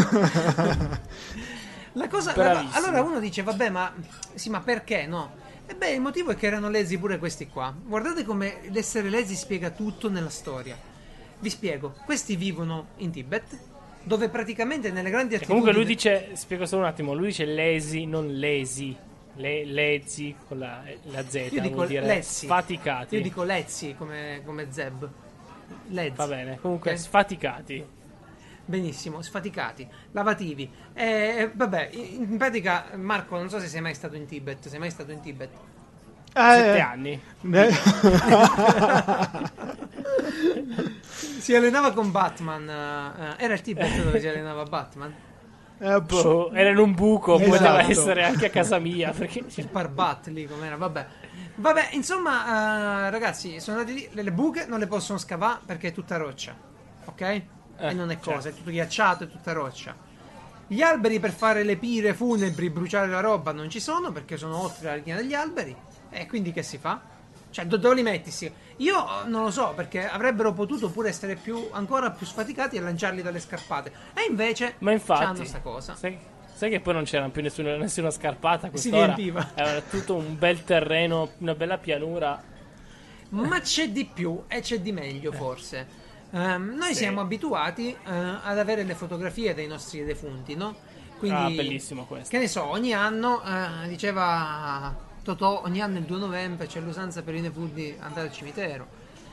La cosa, la- Bravissimo. allora uno dice, vabbè, ma sì, ma perché no? E beh, il motivo è che erano lesi pure questi qua. Guardate come l'essere lesi spiega tutto nella storia. Vi spiego, questi vivono in Tibet, dove praticamente nelle grandi E attitudini... comunque lui dice, spiego solo un attimo, lui dice lesi, non lesi. Le, lezi con la, la Z, Io dico vuol dire lezzi. sfaticati. Io dico lezzi come, come Zeb. Lezzi. Va bene, comunque Ok? sfaticati. Benissimo, sfaticati, lavativi. E vabbè, in in pratica, Marco, non so se sei mai stato in Tibet. Sei mai stato in Tibet? Sette Eh, anni. eh. Si allenava con Batman. eh, era il Tibet dove si allenava Batman. Eh, Boh, era in un buco, Esatto. poteva essere anche a casa mia. Perché Il Parbat lì com'era, vabbè. Vabbè, insomma, eh, ragazzi, sono andati lì. Le, le buche non le possono scavare perché è tutta roccia. Ok? E non è cosa, certo. è tutto ghiacciato, è tutta roccia. Gli alberi per fare le pire funebri, bruciare la roba non ci sono perché sono oltre la linea degli alberi. E quindi che si fa? Cioè, do- dove li metti? Sì. Io eh, non lo so perché avrebbero potuto pure essere più, ancora più sfaticati e lanciarli dalle scarpate. E invece Ma infatti, c'hanno sta cosa. Sai, sai che poi non c'era più nessuna, nessuna scarpata a Si quest'ora? riempiva. Era tutto un bel terreno, una bella pianura. Ma c'è di più e c'è di meglio forse. Ehm, noi Sì. siamo abituati eh, ad avere le fotografie dei nostri defunti, no? Quindi, Ah, bellissimo questo. che ne so, ogni anno, eh, diceva Totò, ogni anno il due novembre c'è l'usanza per i defunti andare al cimitero.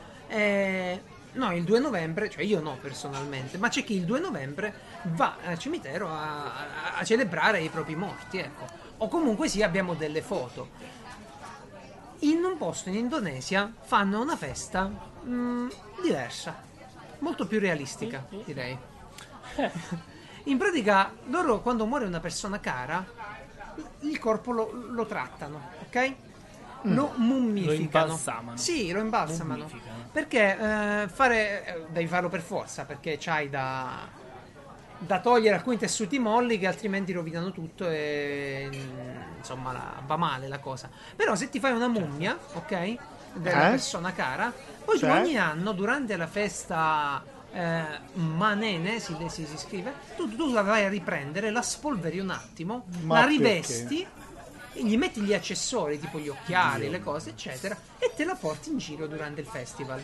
E no, il due novembre, cioè io no personalmente, ma c'è chi il due novembre va al cimitero a, a- a celebrare i propri morti, ecco. O comunque sì, abbiamo delle foto. In un posto in Indonesia fanno una festa mm, diversa, molto più realistica, direi. In pratica, loro quando muore una persona cara, il corpo lo, lo trattano, ok? Lo mummificano. Lo imbalsamano. Sì, lo imbalsamano. Mummificano. Perché eh, fare eh, devi farlo per forza, perché c'hai da da togliere alcuni tessuti molli che altrimenti rovinano tutto e mm, insomma la- va male la cosa. Però se ti fai una mummia, ok? Della Eh? persona cara, poi tu Cioè? ogni anno durante la festa eh, Manene si, si, si scrive, tu, tu la vai a riprendere, la spolveri un attimo, Ma la perché? rivesti, e gli metti gli accessori tipo gli occhiali, le cose eccetera e te la porti in giro durante il festival.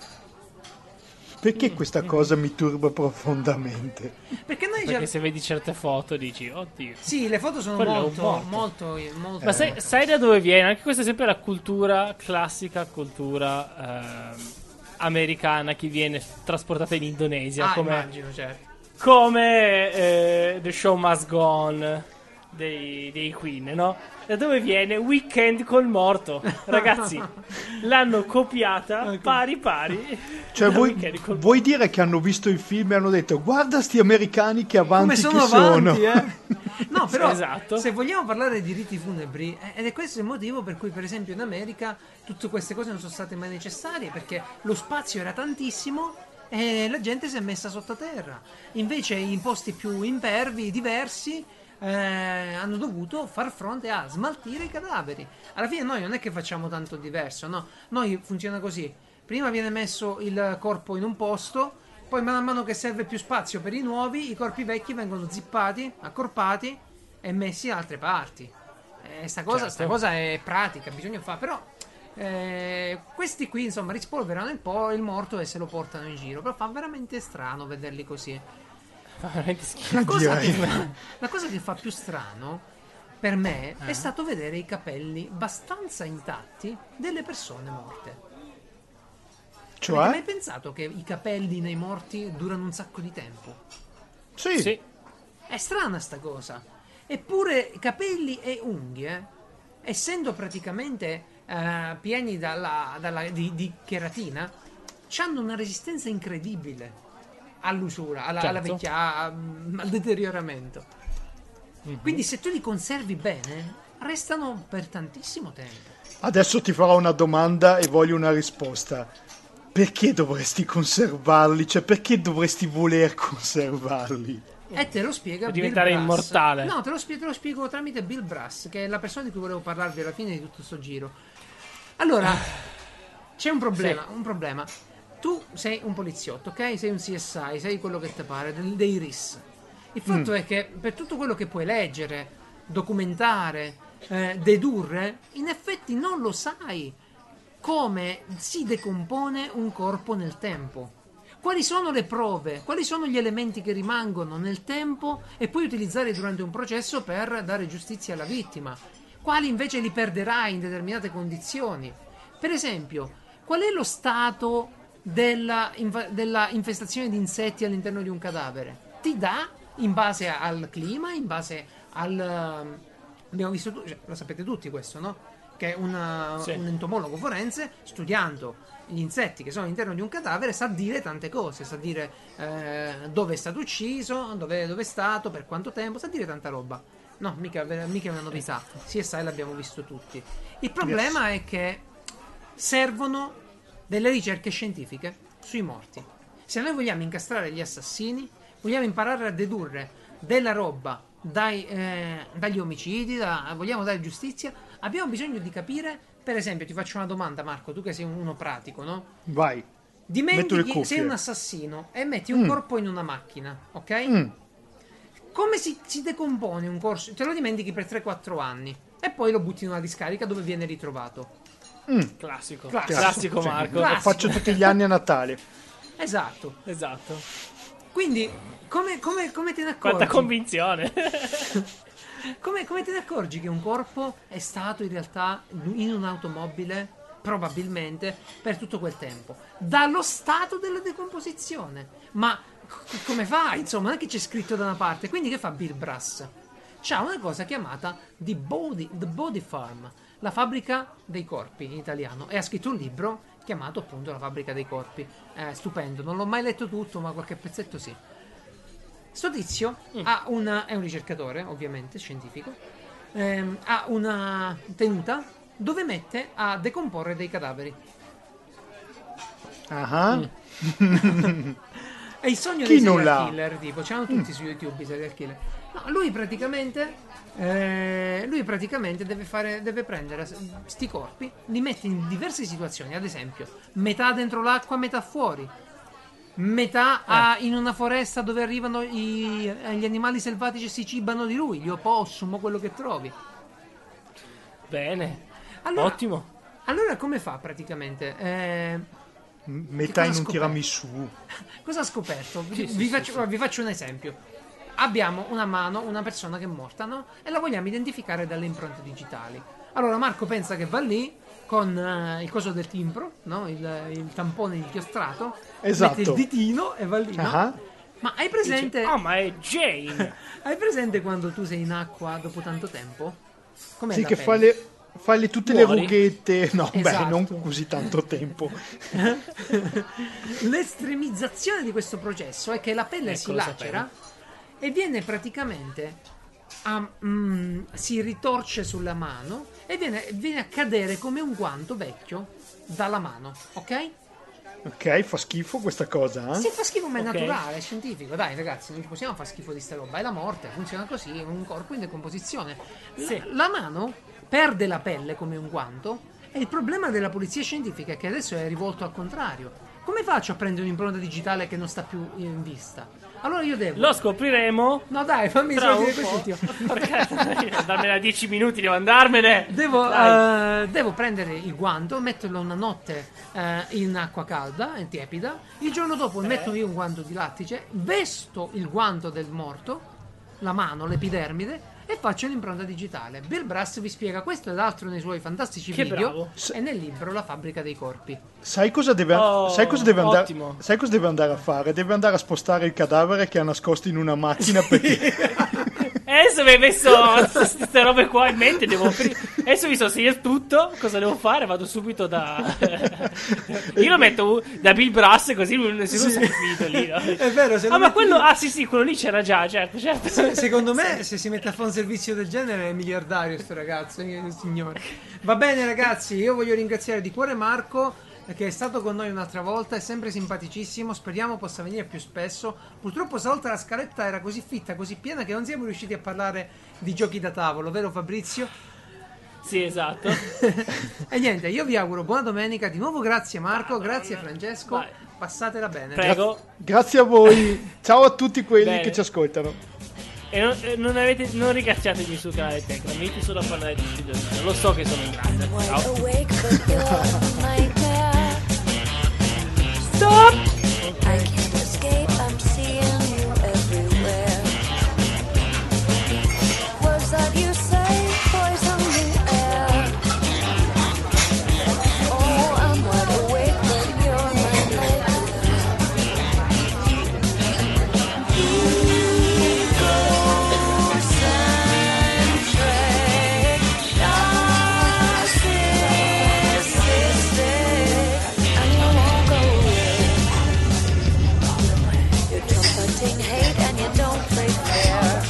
Perché questa cosa mi turba profondamente? Perché noi Perché già... se vedi certe foto dici, oddio. Sì, le foto sono Quello è un molto, morto. molto, molto... Ma sai, sai da dove viene? Anche questa è sempre la cultura, classica cultura ehm, americana che viene trasportata in Indonesia. Ah, come immagino, certo. come eh, The Show Must Go On. dei, dei Queen, no? Da dove viene Weekend col morto? Ragazzi, l'hanno copiata pari pari. Cioè, da vuoi, Weekend col vuoi dire che hanno visto il film e hanno detto guarda sti americani che avanti Come sono che avanti, sono. eh? No, però Esatto. se vogliamo parlare di riti funebri, eh, ed è questo il motivo per cui per esempio in America tutte queste cose non sono state mai necessarie, perché lo spazio era tantissimo e la gente si è messa sottoterra. Invece in posti più impervi, diversi, eh, hanno dovuto far fronte a smaltire i cadaveri. Alla fine noi non è che facciamo tanto diverso, no? Noi funziona così: prima viene messo il corpo in un posto, poi man mano che serve più spazio per i nuovi, i corpi vecchi vengono zippati, accorpati e messi da altre parti. Eh, sta, cosa, Certo. sta cosa è pratica, bisogna fare. Però eh, questi qui insomma rispolverano il, po- il morto e se lo portano in giro. Però fa veramente strano vederli così. Fa veramente schifo. La cosa, Direi. che, la cosa che fa più strano per me è stato vedere i capelli abbastanza intatti delle persone morte. Avete mai Cioè? pensato che i capelli nei morti durano un sacco di tempo? Sì. Sì. È strana sta cosa. Eppure capelli e unghie, essendo praticamente eh, pieni dalla, dalla- di, di cheratina, hanno una resistenza incredibile all'usura, alla, alla Certo. vecchia, al deterioramento. Quindi se tu li conservi bene, restano per tantissimo tempo. Adesso ti farò una domanda e voglio una risposta. Perché dovresti conservarli? Cioè, perché dovresti voler conservarli? E te lo spiega Per Bill diventare Brass. immortale. No, te lo, spie- te lo spiego tramite Bill Brass, che è la persona di cui volevo parlarvi alla fine di tutto sto giro. Allora, c'è un problema, un problema. Tu sei un poliziotto, ok? Sei un C S I, sei quello che ti pare, del- dei R I S. Il fatto è che per tutto quello che puoi leggere, documentare, eh, dedurre, in effetti non lo sai come si decompone un corpo nel tempo. Quali sono le prove? Quali sono gli elementi che rimangono nel tempo e puoi utilizzare durante un processo per dare giustizia alla vittima? Quali invece li perderai in determinate condizioni? Per esempio, qual è lo stato della, inva- della infestazione di insetti all'interno di un cadavere? Ti dà in base al clima, in base al... abbiamo visto, tu- cioè, lo sapete tutti questo, no? Che una- Sì. un entomologo forense, studiando gli insetti che sono all'interno di un cadavere, sa dire tante cose, sa dire eh, dove è stato ucciso, dove, dove è stato, per quanto tempo, sa dire tanta roba. No, mica, mica è una novità. C S I l'abbiamo visto tutti. Il problema è che servono delle ricerche scientifiche sui morti. Se noi vogliamo incastrare gli assassini, vogliamo imparare a dedurre della roba dai, eh, dagli omicidi, da, vogliamo dare giustizia, abbiamo bisogno di capire. Per esempio, ti faccio una domanda, Marco, tu che sei uno pratico, no? Vai. Metto le Dimentichi, cuffie. sei un assassino e metti un Mm. corpo in una macchina, ok? Mm. Come si, si decompone un corpo? Te lo dimentichi per tre quattro anni e poi lo butti in una discarica dove viene ritrovato. Classico. Classico. Classico, Sì, Marco. Lo Classico. faccio tutti gli anni a Natale. Esatto. Esatto. Quindi, come, come- come te ne accorgi? Quanta convinzione. Come, come te ne accorgi che un corpo è stato in realtà in un'automobile, probabilmente, per tutto quel tempo? Dallo stato della decomposizione. Ma c- come fa? Insomma, non è che c'è scritto da una parte. Quindi che fa Bill Brass? C'ha una cosa chiamata The Body, The Body Farm, la fabbrica dei corpi in italiano, e ha scritto un libro chiamato appunto La fabbrica dei corpi. Eh, stupendo, non l'ho mai letto tutto, ma qualche pezzetto sì. Sto tizio ha una, è un ricercatore, ovviamente, scientifico, ehm, ha una tenuta dove mette a decomporre dei cadaveri. Ah. È il sogno Chi dei non serial l'ha? killer, tipo, c'hanno tutti su YouTube i serial killer. No, lui praticamente, eh, lui praticamente deve fare, deve prendere sti corpi, li mette in diverse situazioni, ad esempio, metà dentro l'acqua, metà fuori. Metà a- in una foresta dove arrivano i- gli animali selvatici e si cibano di lui, gli opossum, quello che trovi. Bene. Allora, Ottimo. Allora come fa praticamente? Eh, Metà cosa in ha un scoperto? tiramisù. cosa ha scoperto? Sì, vi, sì, vi sì, faccio, sì. vi faccio un esempio. Abbiamo una mano, una persona che è morta, no? E la vogliamo identificare dalle impronte digitali. Allora Marco pensa che va lì con eh, il coso del timbro, no? il, il tampone inchiostrato, Esatto. mette il ditino e va lì, no? Ah. Ma hai presente... Dice, oh, ma è Jane! Hai presente quando tu sei in acqua dopo tanto tempo? Com'è Sì, la che pelle? fa le, fa le, tutte Muori. le rughette. No, Esatto. beh, non così tanto tempo. L'estremizzazione di questo processo è che la pelle Ecco, si lo lacera e viene praticamente a, mm, si ritorce sulla mano e viene, viene a cadere come un guanto vecchio dalla mano, ok? Ok, fa schifo questa cosa, eh? Se fa schifo, ma è Ok. naturale, è scientifico. Dai, ragazzi, non ci possiamo far schifo di sta roba. È la morte, funziona così, è un corpo in decomposizione. La, Sì. la mano perde la pelle come un guanto e il problema della polizia scientifica è che adesso è rivolto al contrario. Come faccio a prendere un'impronta digitale che non sta più in vista? Allora io devo... Lo scopriremo No dai, fammi tra solo un dire po'. quest'ultimo. Porca, dammela dieci minuti, devo andarmene. Devo, Dai. eh, devo prendere il guanto, metterlo una notte eh, in acqua calda e tiepida. Il giorno dopo metto io un guanto di lattice, vesto il guanto del morto, la mano, l'epidermide, e faccio l'impronta digitale. Bill Brass vi spiega questo ed altro nei suoi fantastici Che video bravo. e nel libro La fabbrica dei corpi. Sai cosa deve, Oh, sai cosa deve andare, ottimo. sai cosa deve andare a fare? Deve andare a spostare il cadavere che ha nascosto in una macchina perché Adesso mi hai messo queste robe qua in mente. Devo pri- Adesso mi so segnato tutto. Cosa devo fare? Vado subito da. Io lo metto da Bill Brass, così non si non si è finito lì. No? È vero, se Ah, lo ma metti- quello. Ah, sì, sì, quello lì c'era già. Certo, certo. Se- Secondo me, se si mette a fare un servizio del genere, è miliardario sto ragazzo, eh, signore. Va bene, ragazzi, io voglio ringraziare di cuore Marco, eh, che è stato con noi un'altra volta, è sempre simpaticissimo. Speriamo possa venire più spesso. Purtroppo stavolta la scaletta era così fitta, così piena, che non siamo riusciti a parlare di giochi da tavolo, vero Fabrizio? Sì, esatto. E niente, io vi auguro buona domenica. Di nuovo grazie Marco, grazie Francesco. Vai. Passatela bene. Prego. grazie a voi. Ciao a tutti quelli Bene. che ci ascoltano. E non, e non, avete, non ringraziatemi sul canale Tecla, venite solo a parlare di studio. Lo so che sono in grande. Wide Ciao. awake, but you're a nightmare. Stop! I can't escape, I'm seeing you everywhere. Words that you say poison the air. Oh, I'm wide awake, but you're my nightmare. Hate and you don't play fair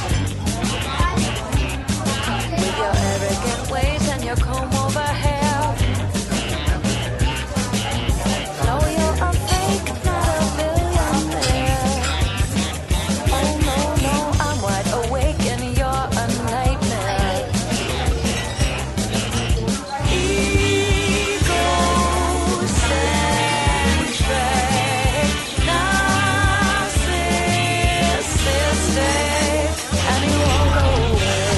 with your arrogant ways and your comb over hair. No, you're a fake, not a billionaire. Oh no, no, I'm wide awake and you're a nightmare. Egocentric, and you won't go away.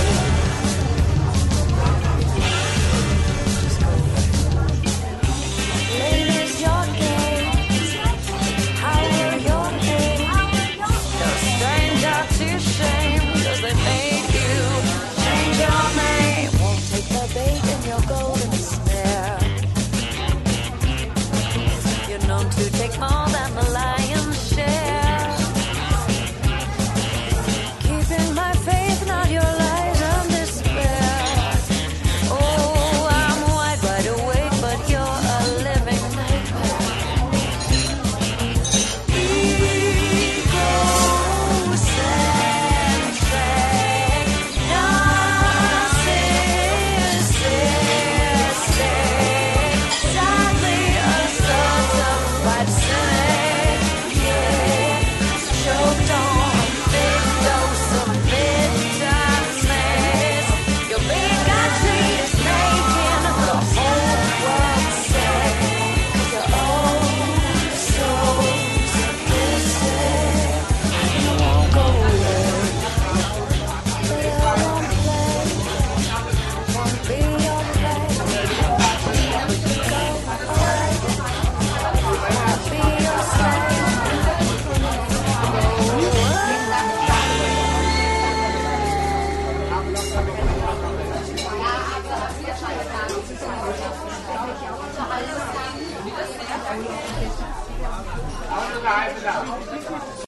Just go away. Ladies, your games. How will your name? You're a stranger to shame, 'cause they made you change your name. Won't take the bait in your golden snare. You're known to take more than the lion's share. Keeping my faith, not your lies and despair. Oh, I'm wide, wide awake, but you're a living nightmare. Egocentric, narcissistic, sadly a certified cynic, yeah. Choked on a big dose of bitterness. Your bigotry is making the whole world sick. 'Cause you're oh so sadistic. You won't go away, but I won't play. Won't be your play. Go away, won't be your slave. Live it up.